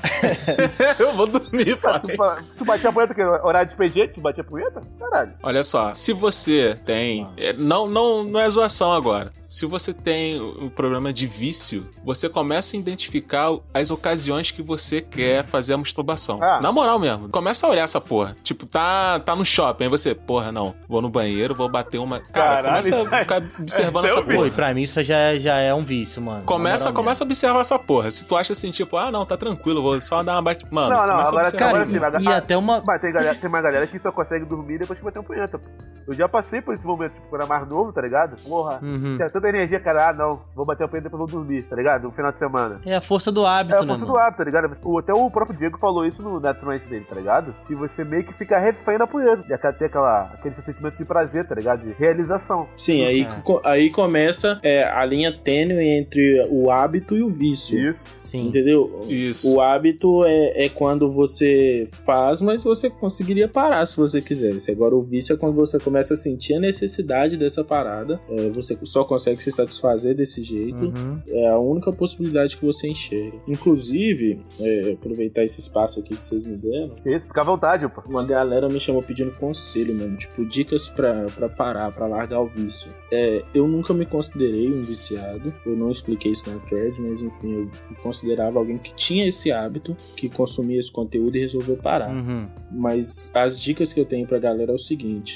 eu vou dormir, pai. Tu, fa- tu batia a punheta, que era horário de expediente, tu batia a punheta? Caralho. Olha só, se você tem... é, Não, não, não é zoação agora. Se você tem um problema de vício, você começa a identificar as ocasiões que você quer fazer a masturbação. Ah. Na moral mesmo. Começa a olhar essa porra. Tipo, tá, tá no shopping, aí você, porra, não, vou no banheiro, vou bater uma... Cara, Caralho, começa isso a aí- ficar observando é essa seu porra. pô, e pra mim isso já, já é um vício, mano. Começa, Na moral começa a observar essa porra. Se tu acha assim, tipo, ah, não, tá tranquilo, vou só dar uma bate... Mano, Não, não, começa agora- a observar agora essa sim, porra. vai- mesmo. E até uma... Mas tem, galera, tem uma galera que só consegue dormir depois que bater um punheta, pô. Eu já passei por esse momento, tipo, quando era mais novo, tá ligado? Porra, Uhum. tinha tanta energia, cara, ah, não, vou bater um punheta e depois vou dormir, tá ligado? No final de semana. É a força do hábito, É a né, força mano? do hábito, tá ligado? O, até o próprio Diego falou isso no Netrunch dele, tá ligado? Que você meio que fica refém da punheta. E até tem aquela, aquele sentimento de prazer, tá ligado? De realização. Sim, aí, É. co- aí começa é, a linha tênue entre o hábito e o vício. Isso. Sim. Entendeu? Isso. O hábito é, é quando você faz, mas você conseguiria parar se você quisesse. Agora, o vício é quando você começa a sentir a necessidade dessa parada. É, você só consegue se satisfazer desse jeito. Uhum. É a única possibilidade que você enxerga. Inclusive, é, aproveitar esse espaço aqui que vocês me deram, Isso, fica à vontade, pô. uma galera me chamou pedindo conselho, mano. Tipo, dicas pra, pra parar, pra largar o vício. É, eu nunca me considerei um viciado. Eu não expliquei isso na thread, mas enfim, eu me considerava alguém que tinha esse hábito, que consumia esse conteúdo e resolveu parar. Uhum. Mas as dicas que eu tenho pra galera é o seguinte: pare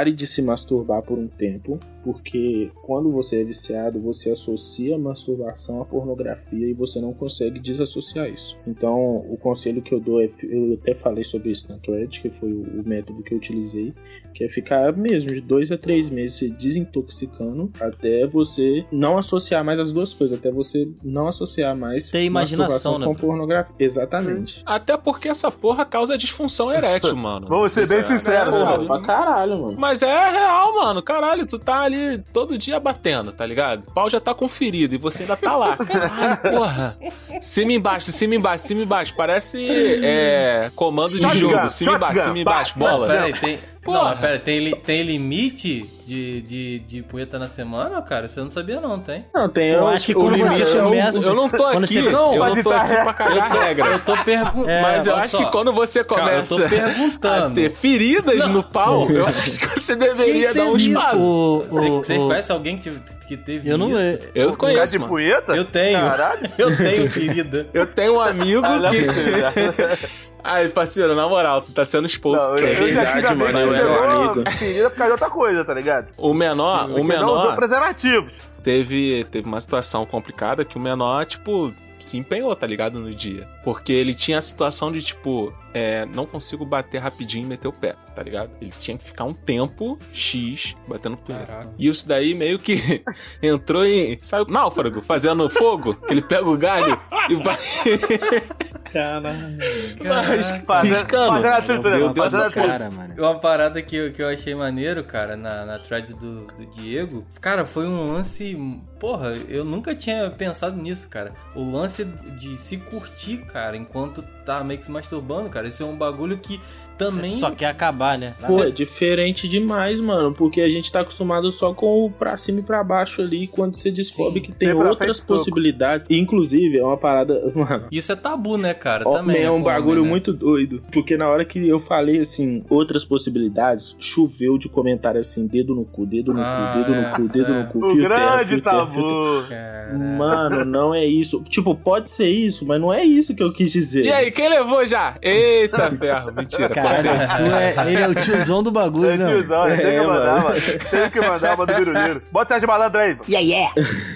pare de se masturbar por um tempo, porque quando você é viciado, você associa a masturbação à pornografia e você não consegue desassociar isso. Então, o conselho que eu dou é, eu até falei sobre isso na thread, que foi o, o método que eu utilizei, que é ficar mesmo de dois a três meses se desintoxicando até você não associar mais as duas coisas, até você não associar mais ter imaginação, masturbação né? com pornografia. Exatamente. Até porque essa porra causa disfunção erétil, mano. Vamos ser bem sinceros, Porra, sabe? pra caralho, mano. Mas é real, mano. Caralho, tu tá ali todo dia batendo, tá ligado? O pau já tá conferido e você ainda tá lá. Caralho, porra. Cima e embaixo, cima e embaixo, cima e embaixo. Parece é, comando de Shotgun, jogo. Cima e embaixo, shotgun, cima e embaixo, vai, bola. Peraí, tem. Porra. Não, pera, tem, li- tem limite de, de, de punheta na semana, cara? Você não sabia não, tem? Não, tem Eu o- acho que o quando limite você é o- começa... Eu não tô Quando aqui, você- não, eu Pode não tô tá aqui re- pra cagar a regra. Eu tô perguntando. Mas eu acho que quando você começa Cara, eu tô perguntando. a ter feridas no pau, eu acho que você deveria dar um espaço. O, Você, o, você o- conhece alguém que, que teve eu não... isso? Eu Lugar conheço, de mano. punheta? Eu tenho. Caralho. Eu tenho ferida. Eu tenho um amigo Ah, não, que... filho. Ai, parceiro, na moral, tu tá sendo exposto. Não, cara. eu, eu já verdade, tive mano, amigo eu que era um pegou amigo. ferida por causa de outra coisa, tá ligado? O menor, Porque o não usou menor preservativos. teve, teve uma situação complicada que o menor, tipo, se empenhou, tá ligado, no dia. Porque ele tinha a situação de, tipo, é, não consigo bater rapidinho e meter o pé, tá ligado? Ele tinha que ficar um tempo X batendo punheta. E isso daí meio que entrou em, sabe, náufrago, fazendo fogo, que ele pega o galho e vai... Caralho. Mas, Fazendo- riscando. fazendo a tritura, Meu mano, Deus, fazendo a tritura. Cara, mano. Uma parada que eu, que eu achei maneiro, cara, na, na thread do, do Diego, cara, foi um lance. Porra, eu nunca tinha pensado nisso, cara. O lance de se curtir, cara, enquanto tá meio que se masturbando, cara. Isso é um bagulho que também. Só quer acabar, né? Pô, é diferente demais, mano, porque a gente tá acostumado só com o pra cima e pra baixo ali, quando você descobre Sim. que tem Sempre outras afeta o possibilidades. Inclusive, é uma parada, mano, Isso é tabu, né, cara? ó, também. é né, um com bagulho homem, né? muito doido, porque na hora que eu falei, assim, outras possibilidades, choveu de comentário assim, dedo no cu, dedo no Ah, cu, dedo é, no cu, dedo é. no cu, O fio terra, grande fio terra, fio terra. tabu. Cara. Mano, não é isso. Tipo, pode ser isso, mas não é isso que eu quis dizer. E aí, quem levou já? Eita ferro, mentira. Cara, tu é, ele é o tiozão do bagulho, É né? tiozão, tem que É, mandar, mano. mano. Tem que mandar, manda o biruliro. Bota as malandras aí. Yeah, yeah.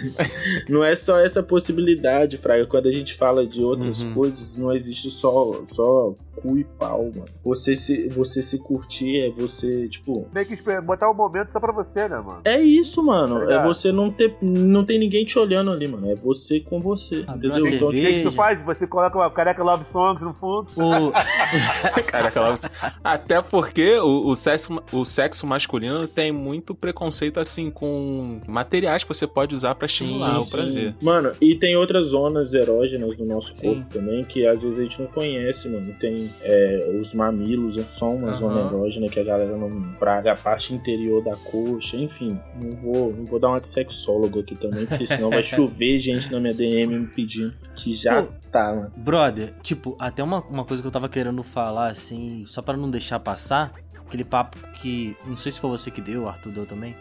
Não é só essa possibilidade, Fraga. Quando a gente fala de outras Uhum. coisas, não existe só, só cu e pau, mano. Você se, você se curtir é você, tipo... Tem que esperar, botar um momento só pra você, né, mano? É isso, mano. Tá É você não ter... Não tem ninguém te olhando ali, mano. É você com você, Abriu entendeu? uma Então, O que, que cerveja. tu faz? Você coloca uma careca Love Songs no fundo. O... Caraca, lá você- Até porque o, o, sexo, o sexo masculino tem muito preconceito, assim, com materiais que você pode usar pra estimular Sim, o sim. prazer. Mano, e tem outras zonas erógenas do nosso Sim. corpo também, que às vezes a gente não conhece, mano. Tem é, os mamilos, são uma Aham. zona erógena que a galera não praga, a parte interior da coxa, enfim. Não vou, não vou dar uma de sexólogo aqui também, porque senão vai chover gente na minha D M me pedindo, que já Pô, tá, mano. Brother, tipo, até uma, uma coisa que eu tava querendo falar, assim, só pra não deixar passar, aquele papo que, não sei se foi você que deu, o Arthur deu também,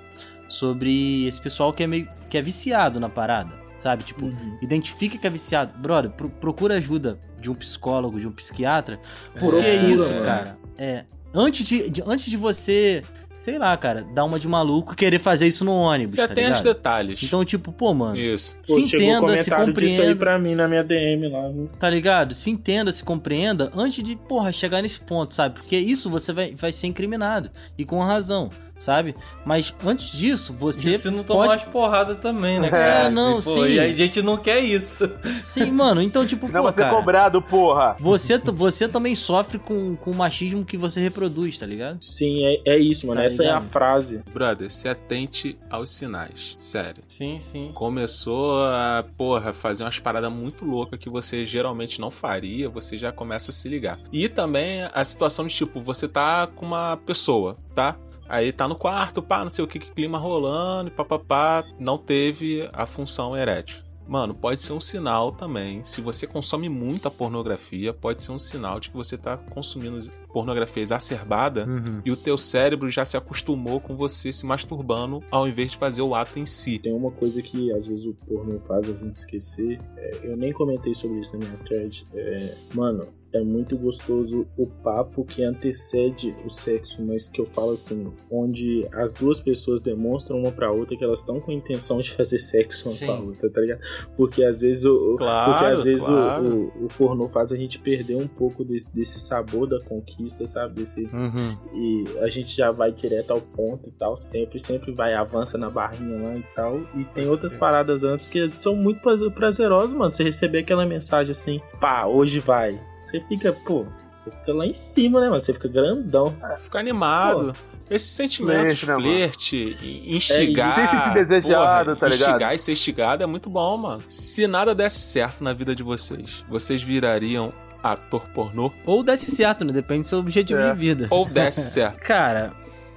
sobre esse pessoal que é meio, que é viciado na parada, sabe? Tipo, Uhum. identifica que é viciado. Brother, pro, procura ajuda de um psicólogo, de um psiquiatra, porque Procura, é isso, mano. cara. É, antes de, de- antes de você, sei lá, cara, dar uma de maluco e querer fazer isso no ônibus, Você tá tem os ligado? detalhes. Então, tipo, pô, mano, Isso. se Pô, chegou entenda, se comentário disso aí compreenda, pra mim na minha D M lá, viu? tá ligado? Se entenda, se compreenda antes de, porra, chegar nesse ponto, sabe? Porque isso você vai, vai ser incriminado. E com razão, sabe? Mas antes disso, você Se não tomar pode... umas porradas também, né, cara? É, não, e, pô, sim. E aí a gente não quer isso. Sim, mano, então, tipo, Senão pô, você é cara, cobrado, porra. você, t- você também sofre com, com o machismo que você reproduz, tá ligado? Sim, é, é isso, mano. Tá Essa é a ligado? frase. Brother, se atente aos sinais. Sério. Sim, sim. Começou a, porra, fazer umas paradas muito loucas que você geralmente não faria, você já começa a se ligar. E também a situação de, tipo, você tá com uma pessoa, tá? Aí tá no quarto, pá, não sei o que, que clima rolando, papapá, não teve a função erétil. Mano, pode ser um sinal também. Se você consome muita pornografia, pode ser um sinal de que você tá consumindo pornografia exacerbada Uhum. e o teu cérebro já se acostumou com você se masturbando ao invés de fazer o ato em si. Tem uma coisa que às vezes o porno faz a gente esquecer. É, eu nem comentei sobre isso na minha thread. É, mano, é muito gostoso o papo que antecede o sexo, mas que eu falo assim, onde as duas pessoas demonstram uma pra outra que elas estão com a intenção de fazer sexo uma Sim. pra outra, tá ligado? Porque às vezes, o, claro, porque às vezes claro. o, o, o pornô faz a gente perder um pouco de, desse sabor da conquista, sabe? Desse, uhum. E a gente já vai direto ao ponto e tal, sempre, sempre vai, avança na barrinha lá e tal, e tem outras paradas antes que são muito prazerosas, mano, você receber aquela mensagem assim, pá, hoje vai, você fica, pô, você fica lá em cima, né, mano, você fica grandão. Fica animado. Pô. Esse sentimento de flerte, instigar, é sentir desejado, porra, tá ligado? Instigar e ser instigado é muito bom, mano. Se nada desse certo na vida de vocês, vocês virariam ator pornô? Ou desse certo, né? Depende do seu objetivo é. de vida. Ou desse certo. Cara,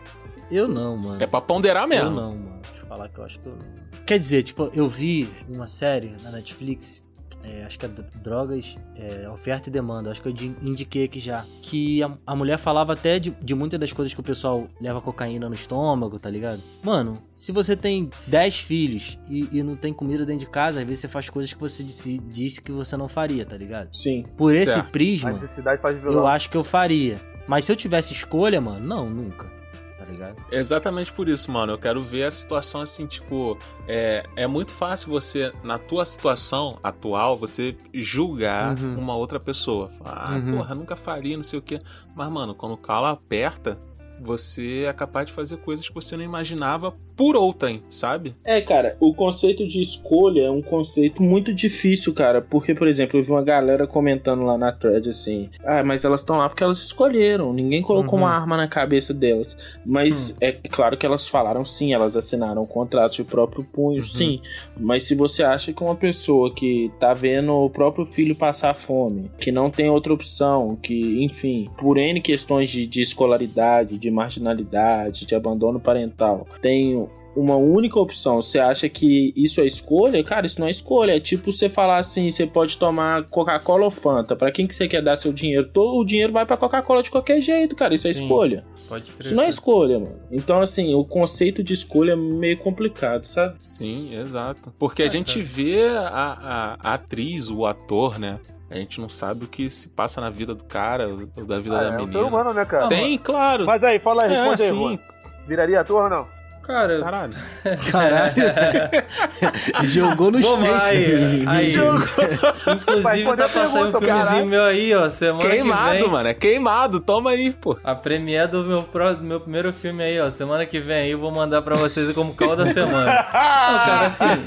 eu não, mano. É pra ponderar mesmo. Eu não, mano. Deixa eu falar que eu acho que eu não. Quer dizer, tipo, eu vi uma série na Netflix, é, acho que é Drogas, é, Oferta e Demanda, acho que eu indiquei aqui já, que a, a mulher falava até de, de muitas das coisas que o pessoal leva cocaína no estômago, tá ligado? Mano, se você tem dez filhos e, e não tem comida dentro de casa, às vezes você faz coisas que você disse, disse que você não faria, tá ligado? Sim. Por certo. esse prisma, eu acho que eu faria. Mas se eu tivesse escolha, mano, não, nunca. Ligado? Exatamente por isso, mano. Eu quero ver a situação assim, tipo, é, é muito fácil você, na tua situação atual, você julgar uhum. uma outra pessoa. Falar, ah, uhum. porra, nunca faria, não sei o quê. Mas, mano, quando o calo aperta, você é capaz de fazer coisas que você não imaginava por outrem, sabe? É, cara, o conceito de escolha é um conceito muito difícil, cara, porque, por exemplo, eu vi uma galera comentando lá na thread assim, ah, mas elas estão lá porque elas escolheram, ninguém colocou uhum. uma arma na cabeça delas, mas uhum. é claro que elas falaram sim, elas assinaram um contrato de próprio punho, uhum. sim, mas se você acha que uma pessoa que tá vendo o próprio filho passar fome, que não tem outra opção, que, enfim, por N questões de, de escolaridade, de marginalidade, de abandono parental, tem uma única opção, você acha que isso é escolha? Cara, isso não é escolha, é tipo você falar assim, você pode tomar Coca-Cola ou Fanta, pra quem que você quer dar seu dinheiro? Todo o dinheiro vai pra Coca-Cola de qualquer jeito, cara, isso é Sim, escolha. Pode crer. Isso não é escolha, mano. Então, assim, o conceito de escolha é meio complicado, sabe? Sim, exato. Porque é, a gente cara. vê a, a, a atriz, o ator, né? A gente não sabe o que se passa na vida do cara, ou da vida ah, da é menina. É um ser humano, né, cara? Tem, claro. Mas aí, fala aí, responde é, aí, sim. Viraria ator ou não? Cara, caralho. Caralho. Jogou nos peitos. Aí, aí. Jogou. Inclusive, tá passando um filmezinho caralho. meu aí, ó. Semana queimado, que vem. mano. É queimado. Toma aí, pô. A premiere do meu, pro, do meu primeiro filme aí, ó. Semana que vem aí eu vou mandar pra vocês como call da semana. Não, cara,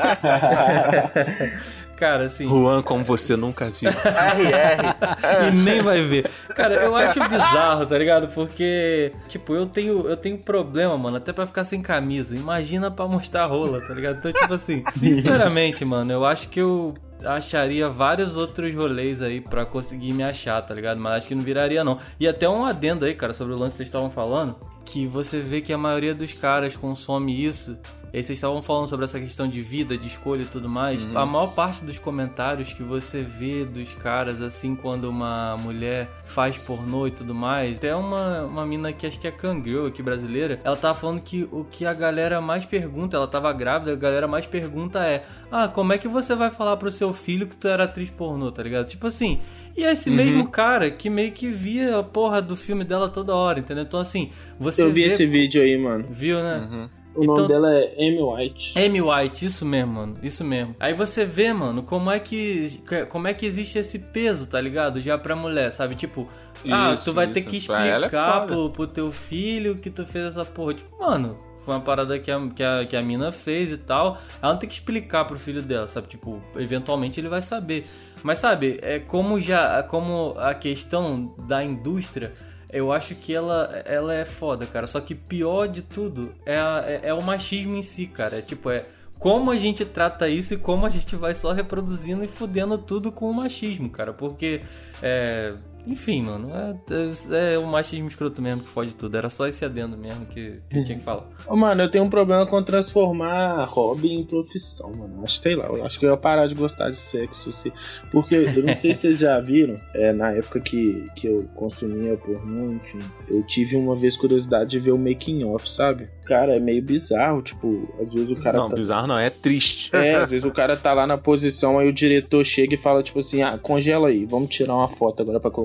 assim... Cara, assim... Juan, como você nunca viu. R R. E nem vai ver. Cara, eu acho bizarro, tá ligado? Porque, tipo, eu tenho, eu tenho problema, mano, até pra ficar sem camisa. Imagina pra mostrar rola, tá ligado? Então, tipo assim, sinceramente, mano, eu acho que eu acharia vários outros rolês aí pra conseguir me achar, tá ligado? Mas acho que não viraria, não. E até um adendo aí, cara, sobre o lance que vocês estavam falando, que você vê que a maioria dos caras consome isso. E aí vocês estavam falando sobre essa questão de vida, de escolha e tudo mais. Uhum. A maior parte dos comentários que você vê dos caras, assim, quando uma mulher faz pornô e tudo mais, até uma, uma mina que acho que é Kangirl aqui brasileira, ela tava falando que o que a galera mais pergunta, ela tava grávida, a galera mais pergunta é: ah, como é que você vai falar pro seu filho que tu era atriz pornô, tá ligado? Tipo assim... E é esse uhum. mesmo cara que meio que via a porra do filme dela toda hora, entendeu? Então, assim, você Eu vi vê... esse vídeo aí, mano. Viu, né? Uhum. O então, nome dela é Amy White. Amy White, isso mesmo, mano. Isso mesmo. Aí você vê, mano, como é que como é que existe esse peso, tá ligado? Já pra mulher, sabe? Tipo, isso, ah, tu vai isso. ter que explicar é pro, pro teu filho que tu fez essa porra. Tipo, mano... Foi uma parada que a, que, a, que a mina fez e tal. Ela não tem que explicar pro filho dela, sabe? Tipo, eventualmente ele vai saber. Mas, sabe, é como já... Como a questão da indústria... Eu acho que ela, ela é foda, cara. Só que pior de tudo é, a, é, é o machismo em si, cara. É tipo, é... Como a gente trata isso e como a gente vai só reproduzindo e fudendo tudo com o machismo, cara. Porque... É... Enfim, mano, é, é o machismo escroto mesmo que fode tudo. Era só esse adendo mesmo que, que eu tinha que falar. Oh, mano, eu tenho um problema com transformar hobby em profissão, mano. Acho, sei lá, eu acho que eu ia parar de gostar de sexo. Assim, porque eu não sei se vocês já viram, é, na época que, que eu consumia pornô, enfim, eu tive uma vez curiosidade de ver o making of, sabe? Cara, é meio bizarro, tipo, às vezes o cara Não, tá... bizarro não, é triste. É, às vezes o cara tá lá na posição, aí o diretor chega e fala, tipo assim, ah, congela aí, vamos tirar uma foto agora pra colocar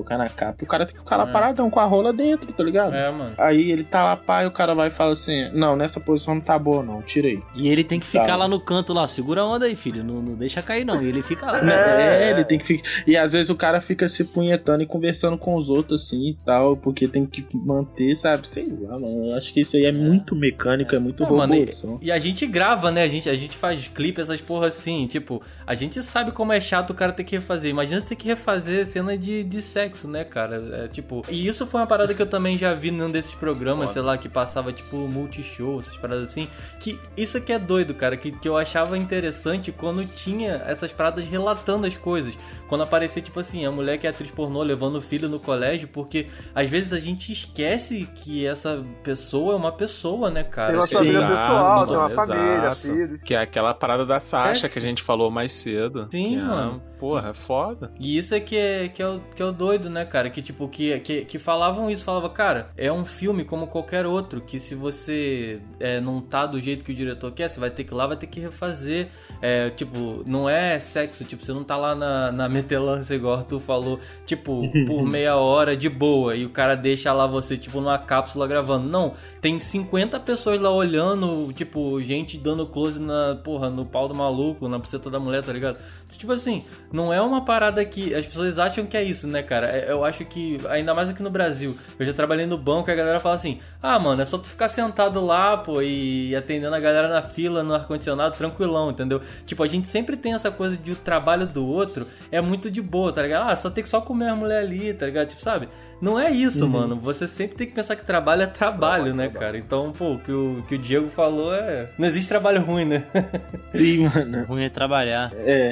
colocar na capa. E o cara tem que ficar lá é. paradão com a rola dentro, tá ligado? É, mano. Aí ele tá lá, pá, e o cara vai e fala assim, não, nessa posição não tá boa não, tirei. E ele tem que ficar tá. lá no canto lá, segura a onda aí, filho, não, não deixa cair não. E ele fica lá. É, é, ele tem que ficar... E às vezes o cara fica se punhetando e conversando com os outros assim e tal, porque tem que manter, sabe? Sei lá, mano. Eu acho que isso aí é, é. muito mecânico, é, é muito robô. E, e a gente grava, né? A gente, a gente faz clipe, essas porra assim, tipo, a gente sabe como é chato o cara ter que refazer. Imagina você ter que refazer cena de, de sexo, né, cara? É, tipo... E isso foi uma parada que eu também já vi num desses programas, Foda. sei lá, que passava, tipo, multishow, essas paradas assim. Que isso aqui é doido, cara, que, que eu achava interessante quando tinha essas paradas relatando as coisas. Quando aparecia, tipo assim, a mulher que é atriz pornô levando o filho no colégio, porque às vezes a gente esquece que essa pessoa é uma pessoa, né, cara? Tem uma família pessoal, tem uma família, filhos. Que é aquela parada da Sasha é, que a gente falou mais cedo. Sim, que mano. É, porra, é foda. E isso é que é, que é, o, que é o doido, né, cara? Que, tipo, que, que, que falavam isso, falavam, cara, é um filme como qualquer outro, que se você é, não tá do jeito que o diretor quer, você vai ter que ir lá, vai ter que refazer. É, tipo, não é sexo, tipo, você não tá lá na, na metelância, igual tu falou, tipo, por meia hora de boa, e o cara deixa lá você, tipo, numa cápsula gravando. Não, tem cinquenta pessoas lá olhando, tipo, gente dando close na, porra, no pau do maluco, na buceta da mulher, tá ligado? Tipo assim, não é uma parada que as pessoas acham que é isso, né, cara? Eu acho que, ainda mais aqui no Brasil, eu já trabalhei no banco e a galera fala assim, ah, mano, é só tu ficar sentado lá, pô, e atendendo a galera na fila, no ar-condicionado, tranquilão, entendeu? Tipo, a gente sempre tem essa coisa de o trabalho do outro é muito de boa, tá ligado? Ah, só tem que só comer a mulher ali, tá ligado? Tipo, sabe? Não é isso, uhum. mano. Você sempre tem que pensar que trabalho é trabalho, né, cara? Então, pô, o que o, que o Diego falou é... Não existe trabalho ruim, né? Sim, mano. Ruim é trabalhar. É.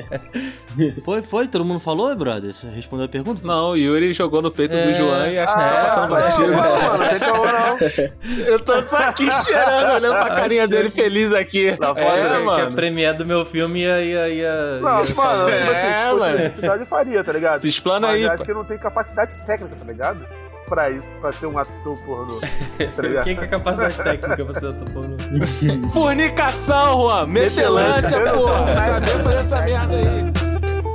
Foi, foi? Todo mundo falou, brother? Você respondeu a pergunta? Não, o Yuri jogou no peito é... do João e acho que ah, tá passando batido. Não, mano, não tem como não. Eu tô só aqui esperando, olhando pra carinha dele feliz aqui. Não, é, é, mano. Que a premiere do meu filme ia... ia, ia não, ia mano, é, mano. Eu faria, tá ligado? Se explana Mas aí, eu acho que não tem capacidade técnica, tá ligado? Pra isso, pra ser um ator pornô. Tá ligado? Quem que é capacidade técnica pra ser ator pornô? Fornicação, Juan! Metelância, porra! Saber fazer essa merda aí.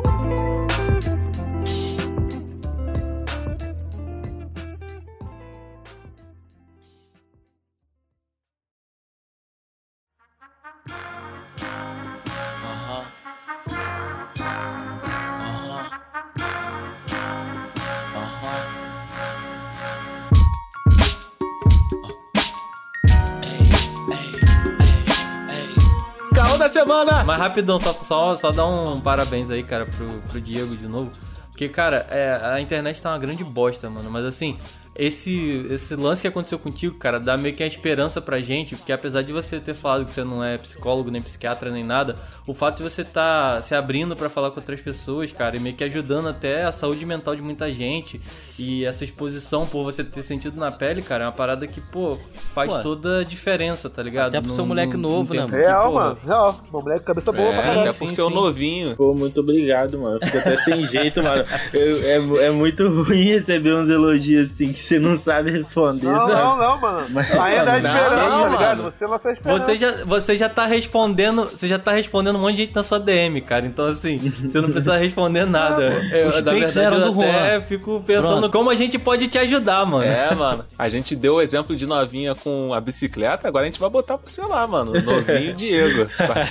Da semana. Mas rapidão, só, só, só dar um parabéns aí, cara, pro, pro Diego de novo. Porque, cara, é, a internet tá uma grande bosta, mano. Mas assim, esse, esse lance que aconteceu contigo, cara, dá meio que a esperança pra gente. Porque apesar de você ter falado que você não é psicólogo, nem psiquiatra, nem nada, o fato de você tá se abrindo pra falar com outras pessoas, cara, e meio que ajudando até a saúde mental de muita gente. E essa exposição por você ter sentido na pele, cara, é uma parada que, pô, faz pô, toda a diferença, tá ligado? Até pro seu moleque no, novo, no né? Real, mano. Real. Meu moleque cabeça boa é, pra caralho. Até por ser novinho. Pô, muito obrigado, mano. Eu fico até sem jeito, mano. Eu, é, é muito ruim receber uns elogios assim que você não sabe responder, não, sabe? Não, não, mano. Mas, ainda é esperança, tá ligado? Você não é esperança. Você já, você já tá respondendo, você já tá respondendo um monte de gente na sua D M, cara. Então, assim, você não precisa responder nada. Eu, Os na verdade, eram eu do até Juan. fico pensando Pronto. Como a gente pode te ajudar, mano. É, mano. A gente deu o exemplo de novinha com a bicicleta, agora a gente vai botar pra você lá, mano. Novinho Diego.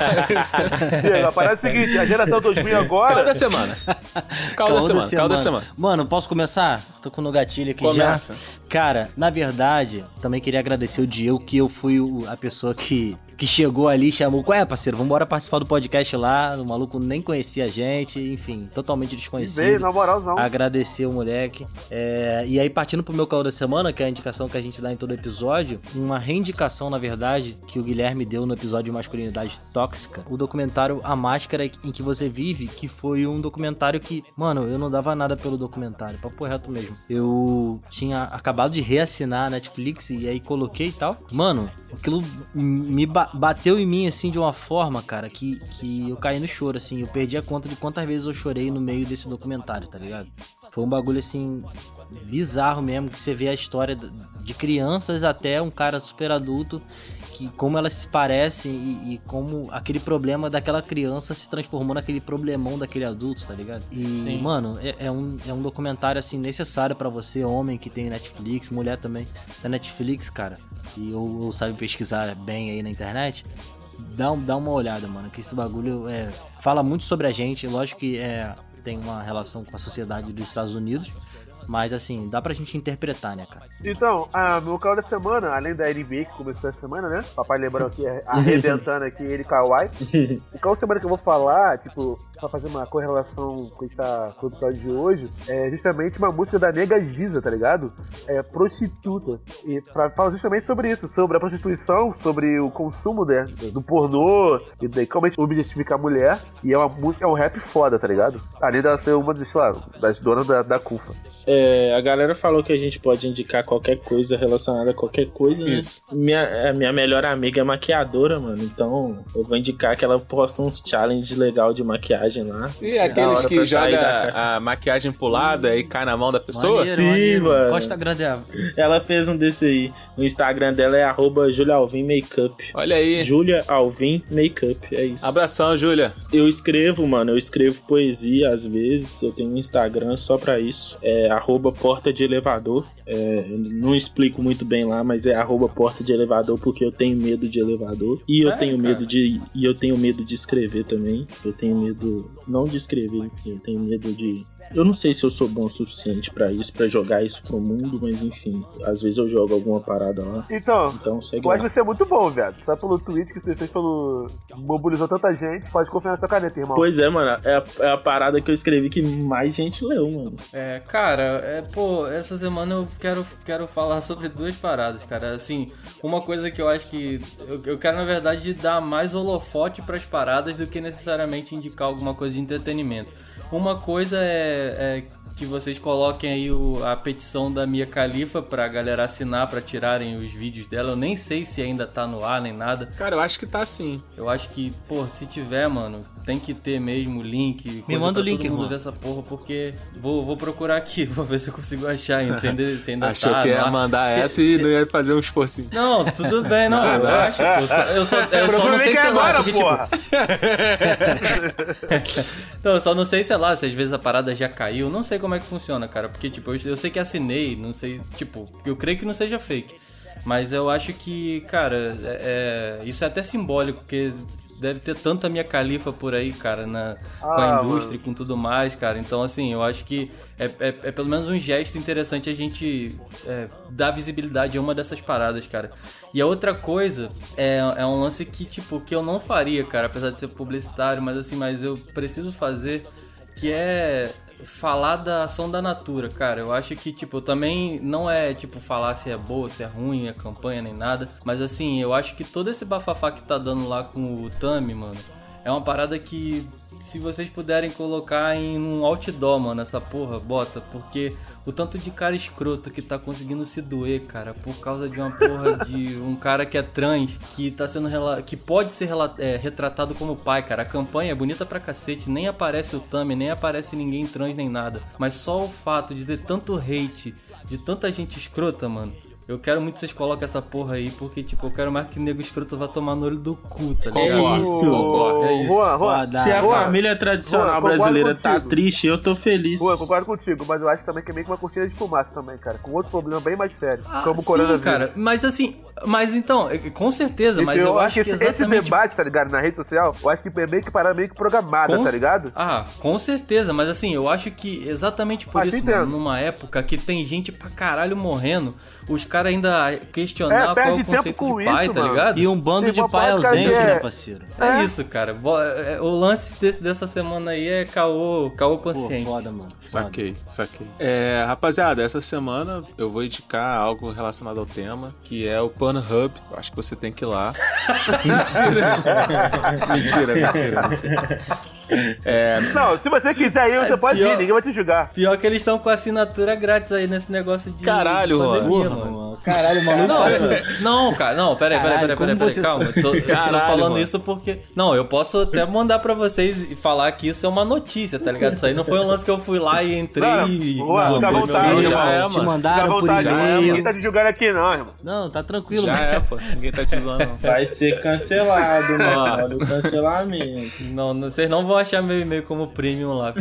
Diego, a parada é a seguinte, a geração dois mil agora... Calma da semana. Calma da semana, calma da semana. Mano, posso começar? Tô com no gatilho aqui Começa. já. Cara, na verdade, também queria agradecer o Diego, que eu fui o, a pessoa que... que chegou ali e chamou, qual é, parceiro, vambora participar do podcast lá, o maluco nem conhecia a gente, enfim, totalmente desconhecido. Veio, na moralzão. Agradecer o moleque. É, e aí, partindo pro meu caô da semana, que é a indicação que a gente dá em todo episódio, uma reindicação, na verdade, que o Guilherme deu no episódio de Masculinidade Tóxica, o documentário A Máscara em que Você Vive, que foi um documentário que, mano, eu não dava nada pelo documentário, papo reto mesmo. Eu tinha acabado de reassinar a Netflix e aí coloquei e tal. Mano, aquilo me ba- bateu em mim, assim, de uma forma, cara, que, que eu caí no choro, assim. Eu perdi a conta de quantas vezes eu chorei no meio desse documentário, tá ligado? Foi um bagulho, assim, bizarro mesmo, que você vê a história de crianças até um cara super adulto que como elas se parecem e, e como aquele problema daquela criança se transformou naquele problemão daquele adulto, tá ligado? E, Sim. mano, é, é, um, é um documentário, assim, necessário pra você, homem que tem Netflix, mulher também da Netflix, cara, e ou, ou sabe pesquisar bem aí na internet, dá, dá uma olhada, mano, que esse bagulho é, fala muito sobre a gente, lógico que é, tem uma relação com a sociedade dos Estados Unidos, mas, assim, dá pra gente interpretar, né, cara? Então, a, meu caô da semana, além da N B A que começou essa semana, né? Papai lembrou aqui, arrebentando aqui ele e Kawhi. O caô da semana que eu vou falar, tipo, pra fazer uma correlação com, esta, com o episódio de hoje, é justamente uma música da Nega Giza, tá ligado? É Prostituta. E pra falar justamente sobre isso, sobre a prostituição, sobre o consumo, né, do pornô, e daí como a gente objetifica a mulher. E é uma música, é um rap foda, tá ligado? Além dela ser uma, sei lá, das donas da, da Cufa. É, a galera falou que a gente pode indicar qualquer coisa relacionada a qualquer coisa, né? Isso. Minha, a minha melhor amiga é maquiadora, mano. Então eu vou indicar que ela posta uns challenge legal de maquiagem lá. E aqueles que jogam a maquiagem pro lado e cai na mão da pessoa? Maneiro, Sim, maneiro. mano. Qual Instagram dela? Ela fez um desse aí. O Instagram dela é arroba Julia Alvim Makeup. Olha aí. Julia Alvim Makeup, é isso. Abração, Julia. Eu escrevo, mano. Eu escrevo poesia às vezes. Eu tenho um Instagram só pra isso. É arroba porta de elevador. É, não explico muito bem lá, mas é arroba porta de elevador porque eu tenho medo de elevador. E eu é, tenho cara. medo de. E eu tenho medo de escrever também. Eu tenho medo. Não de escrever, eu tenho medo de. Eu não sei se eu sou bom o suficiente pra isso, pra jogar isso pro mundo, mas enfim, às vezes eu jogo alguma parada lá. Então, então segue pode lá. ser muito bom, velho. Só pelo tweet que você fez, pelo. Mobilizou tanta gente, pode confiar na sua caneta, irmão. Pois é, mano, é a, é a parada que eu escrevi que mais gente leu, mano. É, cara, é, pô, essa semana eu quero, quero falar sobre duas paradas, cara. Assim, uma coisa que eu acho que. Eu, eu quero, na verdade, dar mais holofote pras paradas do que necessariamente indicar alguma coisa de entretenimento. Uma coisa é, é que vocês coloquem aí o, a petição da Mia Khalifa pra galera assinar, pra tirarem os vídeos dela. Eu nem sei se ainda tá no ar, nem nada. Cara, eu acho que tá sim. Eu acho que, pô, se tiver, mano, tem que ter mesmo o link. Me manda o link, todo mundo irmão. ver essa porra, porque vou, vou procurar aqui, vou ver se eu consigo achar ainda, se ainda, se ainda Achou tá que ia ar. mandar se, essa se, e não ia fazer um esforcinho. Não, tudo bem, não, eu acho. Pô, eu só, eu só, eu só não sei se é lá, porque, tipo... Então, eu só não sei, sei lá, se às vezes a parada já caiu, não sei como é que funciona, cara, porque, tipo, eu, eu sei que assinei, não sei, tipo, eu creio que não seja fake, mas eu acho que, cara, é, é, isso é até simbólico, porque deve ter tanta Mia Khalifa por aí, cara, na, ah, com a indústria e com tudo mais, cara, então, assim, eu acho que é, é, é pelo menos um gesto interessante a gente é, dar visibilidade a uma dessas paradas, cara. E a outra coisa é, é um lance que, tipo, que eu não faria, cara, apesar de ser publicitário, mas assim, mas eu preciso fazer, que é falar da ação da Natura, cara. Eu acho que, tipo, também não é, tipo, falar se é boa, se é ruim a campanha, nem nada, mas assim, eu acho que todo esse bafafá que tá dando lá com o Tami, mano, é uma parada que, se vocês puderem colocar em um outdoor, mano, essa porra, bota, porque o tanto de cara escroto que tá conseguindo se doer, cara, por causa de uma porra de um cara que é trans, que tá sendo rela- que pode ser rela- é, retratado como pai, cara. A campanha é bonita pra cacete, nem aparece o Tami, nem aparece ninguém trans nem nada, mas só o fato de ter tanto hate, de tanta gente escrota, mano, eu quero muito que vocês coloquem essa porra aí, porque, tipo, eu quero mais que o nego escroto vá tomar no olho do cu, tá ligado? É isso. Oh, é isso. Rua, Rua, Se a Rua, família tradicional Rua, brasileira tá contigo. triste, eu tô feliz. Pô, eu concordo contigo, mas eu acho também que é meio que uma cortina de fumaça também, cara. Com outro problema bem mais sério, Ah, como o sim, coronavírus. cara, mas assim, mas então, com certeza, mas eu, eu, acho acho que que esse, exatamente... esse debate, tá ligado, na rede social, eu acho que é meio que parar meio que programada, Com- tá ligado? Ah, com certeza, mas assim, eu acho que exatamente por Ah, isso, entendo. mano, numa época que tem gente pra caralho morrendo, os caras ainda questionar É, qual é perde o tempo conceito com de pai, isso, tá mano. ligado? E um bando Tem de uma pai parte, cara, ausente, que é- né, parceiro? É, É. isso, cara. Bo- é, O lance desse- dessa semana aí é caô, caô Pô, consciente. foda, mano. Foda. Saquei, saquei. É, rapaziada, essa semana eu vou indicar algo relacionado ao tema, que é o Pornhub. Eu acho que você tem que ir lá. mentira. mentira, mentira, mentira. É, Não, se você quiser ir, você É pode pior- ir, ninguém vai te julgar. Pior que eles estão com assinatura grátis aí nesse negócio de Caralho, pandemia, Porra, mano. mano. Caralho, o maluco Não, passou. eu- não, cara, não, peraí, peraí, Caralho, peraí, peraí, como peraí, você calma. sabe? Tô, eu tô Caralho, falando mano. isso porque. Não, eu posso até mandar pra vocês e falar que isso é uma notícia, tá ligado? Isso aí não foi um lance que eu fui lá e entrei Não, e. boa, fica à meu vontade, Deus, já irmão. é, Te mano. mandaram Fica à por vontade, e-mail. ninguém tá te julgando aqui, não, irmão. Não, tá tranquilo, Já mano. é, pô. Ninguém tá te zoando, não. Vai ser cancelado, mano. Ah. Olha o cancelamento. Não, não- vocês não vão achar meu e-mail como premium lá.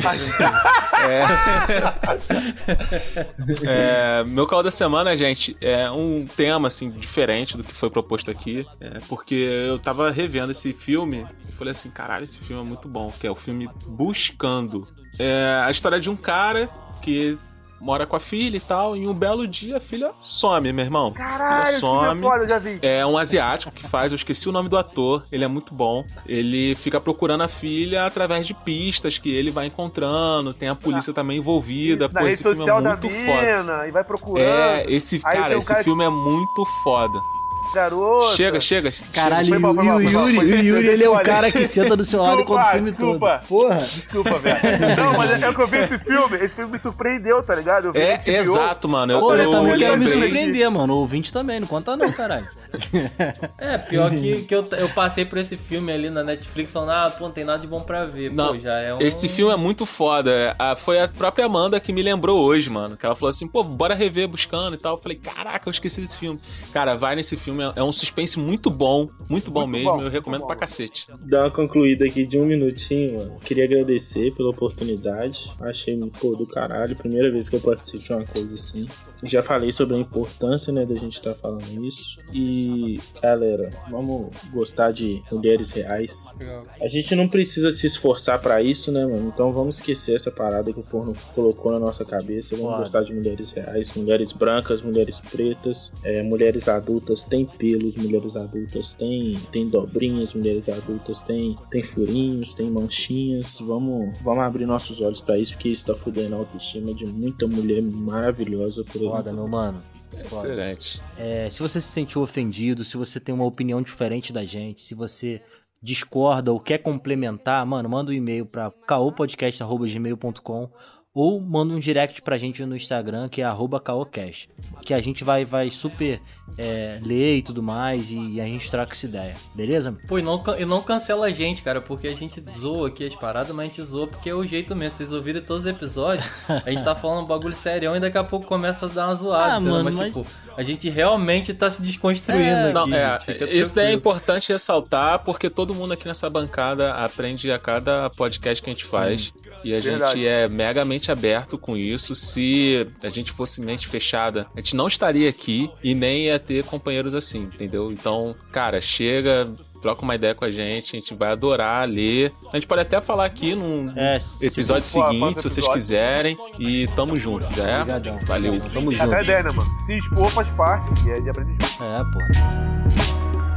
É, meu caô da semana, gente, é um tema, assim, diferente do que foi proposto aqui. É, porque eu tava revendo esse filme e falei assim, caralho, esse filme é muito bom. Que é o filme Buscando. É a história de um cara que mora com a filha e tal, e um belo dia a filha some, meu irmão. Caralho, Filha esse filme é some. foda, eu já vi. É um asiático que faz, eu esqueci o nome do ator, ele é muito bom. Ele fica procurando a filha através de pistas que ele vai encontrando, tem a polícia também envolvida. Na Pô, rede esse filme é social da muito foda. mina, e vai procurando. É, esse, Aí cara, tem um esse cara filme é muito foda. Garoto. Chega, chega. Caralho, Foi mal, foi e mal, o foi mal, Yuri, foi o mal. Yuri, ele é o Olha, cara que senta do seu lado desculpa, enquanto o filme desculpa. todo. Porra. Desculpa, velho. Não, mas é que eu vi esse filme, esse filme me surpreendeu, tá ligado? Eu vi É, H B O. exato, mano. Eu, Pô, eu, eu também quero me lembrei. surpreender, mano. O ouvinte também, não conta não, caralho. É, pior que, que eu, eu passei por esse filme ali na Netflix falando, ah, pô, não tem nada de bom pra ver. Não, Pô, já é um. esse filme é muito foda. A- Foi a própria Amanda que me lembrou hoje, mano. Que ela falou assim, pô, bora rever Buscando e tal. Eu falei, caraca, eu esqueci desse filme. Cara, vai nesse filme. é- É um suspense muito bom. Muito bom Muito mesmo. bom, eu recomendo muito pra bom. cacete. Dar uma concluída aqui de um minutinho, mano. Queria agradecer pela oportunidade. Achei, pô, do caralho. Primeira vez que eu participo de uma coisa assim. Já falei sobre a importância, né, da gente estar falando isso. E, galera, vamos gostar de mulheres reais. A gente não precisa se esforçar pra isso, né, mano? Então vamos esquecer essa parada que o porno colocou na nossa cabeça. Vamos Claro. gostar de mulheres reais, mulheres brancas, mulheres pretas, é, mulheres adultas têm pelos, mulheres adultas têm, têm dobrinhas, mulheres adultas têm, têm furinhos, têm manchinhas. Vamos, vamos abrir nossos olhos pra isso, porque isso tá fudendo a autoestima de muita mulher maravilhosa por aí. Foda, meu mano. Excelente. É, se você se sentiu ofendido, se você tem uma opinião diferente da gente, se você discorda ou quer complementar, mano, manda um e-mail pra caopodcast arroba gmail ponto com ou manda um direct pra gente no Instagram, que é arroba caocast, que a gente vai, vai super é, ler e tudo mais, e a gente troca essa ideia, beleza? Pô, e não, can- e não cancela a gente, cara, porque a gente zoa aqui as paradas, mas a gente zoa porque é o jeito mesmo. Vocês ouviram todos os episódios, a gente tá falando um bagulho serião e daqui a pouco começa a dar uma zoada. Ah, entendeu? mano, mas, mas- tipo, a gente realmente tá se desconstruindo É, aqui. Não, é, gente, fica isso daí é tranquilo. importante ressaltar, porque todo mundo aqui nessa bancada aprende a cada podcast que a gente faz. E a Verdade. gente é megamente aberto com isso. Se a gente fosse mente fechada, a gente não estaria aqui e nem ia ter companheiros assim, entendeu? Então, cara, chega, troca uma ideia com a gente, a gente vai adorar ler. A gente pode até falar aqui num É, se episódio for, seguinte, próximo se vocês episódio. quiserem. E tamo junto, já é? Obrigadão. Valeu. Tamo É junto. até a ideia, né, mano? Se expor faz parte e é de aprender junto. É, pô.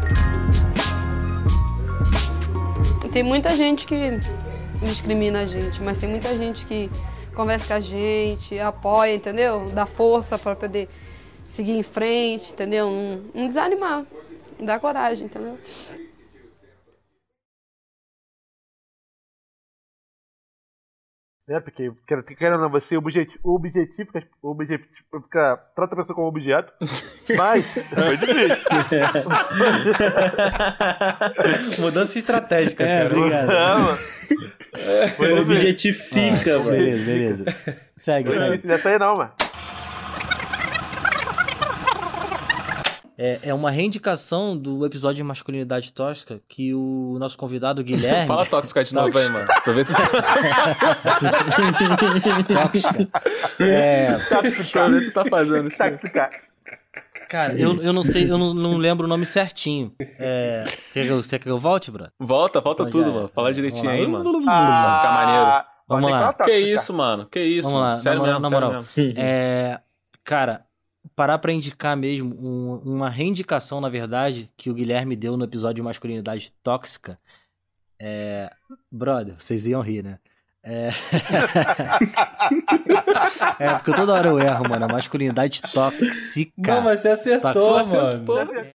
Tem muita gente que discrimina a gente, mas tem muita gente que conversa com a gente, apoia, entendeu? Dá força pra poder seguir em frente, entendeu? Não, não desanimar, dá coragem, entendeu? É, porque, quer- querendo ou não, você objetivo, o objetivo, fica- o objetivo fica, trata a pessoa como objeto, mas foi difícil. Mudança estratégica, É, cara. obrigado. É, mano. Foi difícil. Objetifica, Ah, velho. beleza, beleza. Segue, Foi segue. difícil dessa aí não, mano. É, é uma reindicação do episódio de Masculinidade Tóxica que o nosso convidado Guilherme... Fala tóxica de novo aí, mano. Aproveita. Tóxica. É, Aproveita que tu tá fazendo isso. aí. cara, eu, eu não sei, eu não, não lembro o nome certinho. É, você, quer que eu- você quer que eu volte, bro? Volta, volta Então tudo, já é. mano. Fala direitinho Vamos aí, lá. mano. Ah, Vai ficar maneiro. Vamos pode lá. ser que ela Que tóxica. isso, mano? Que isso, Vamos mano? lá, Sério na, mesmo, na sério moral. mesmo. É, cara, parar pra indicar mesmo um- uma reindicação, na verdade, que o Guilherme deu no episódio de Masculinidade Tóxica. É, brother, vocês iam rir, né? É... é, porque toda hora eu erro, mano. A masculinidade tóxica. Não, mas você acertou, Tóxica. mano. Acertou.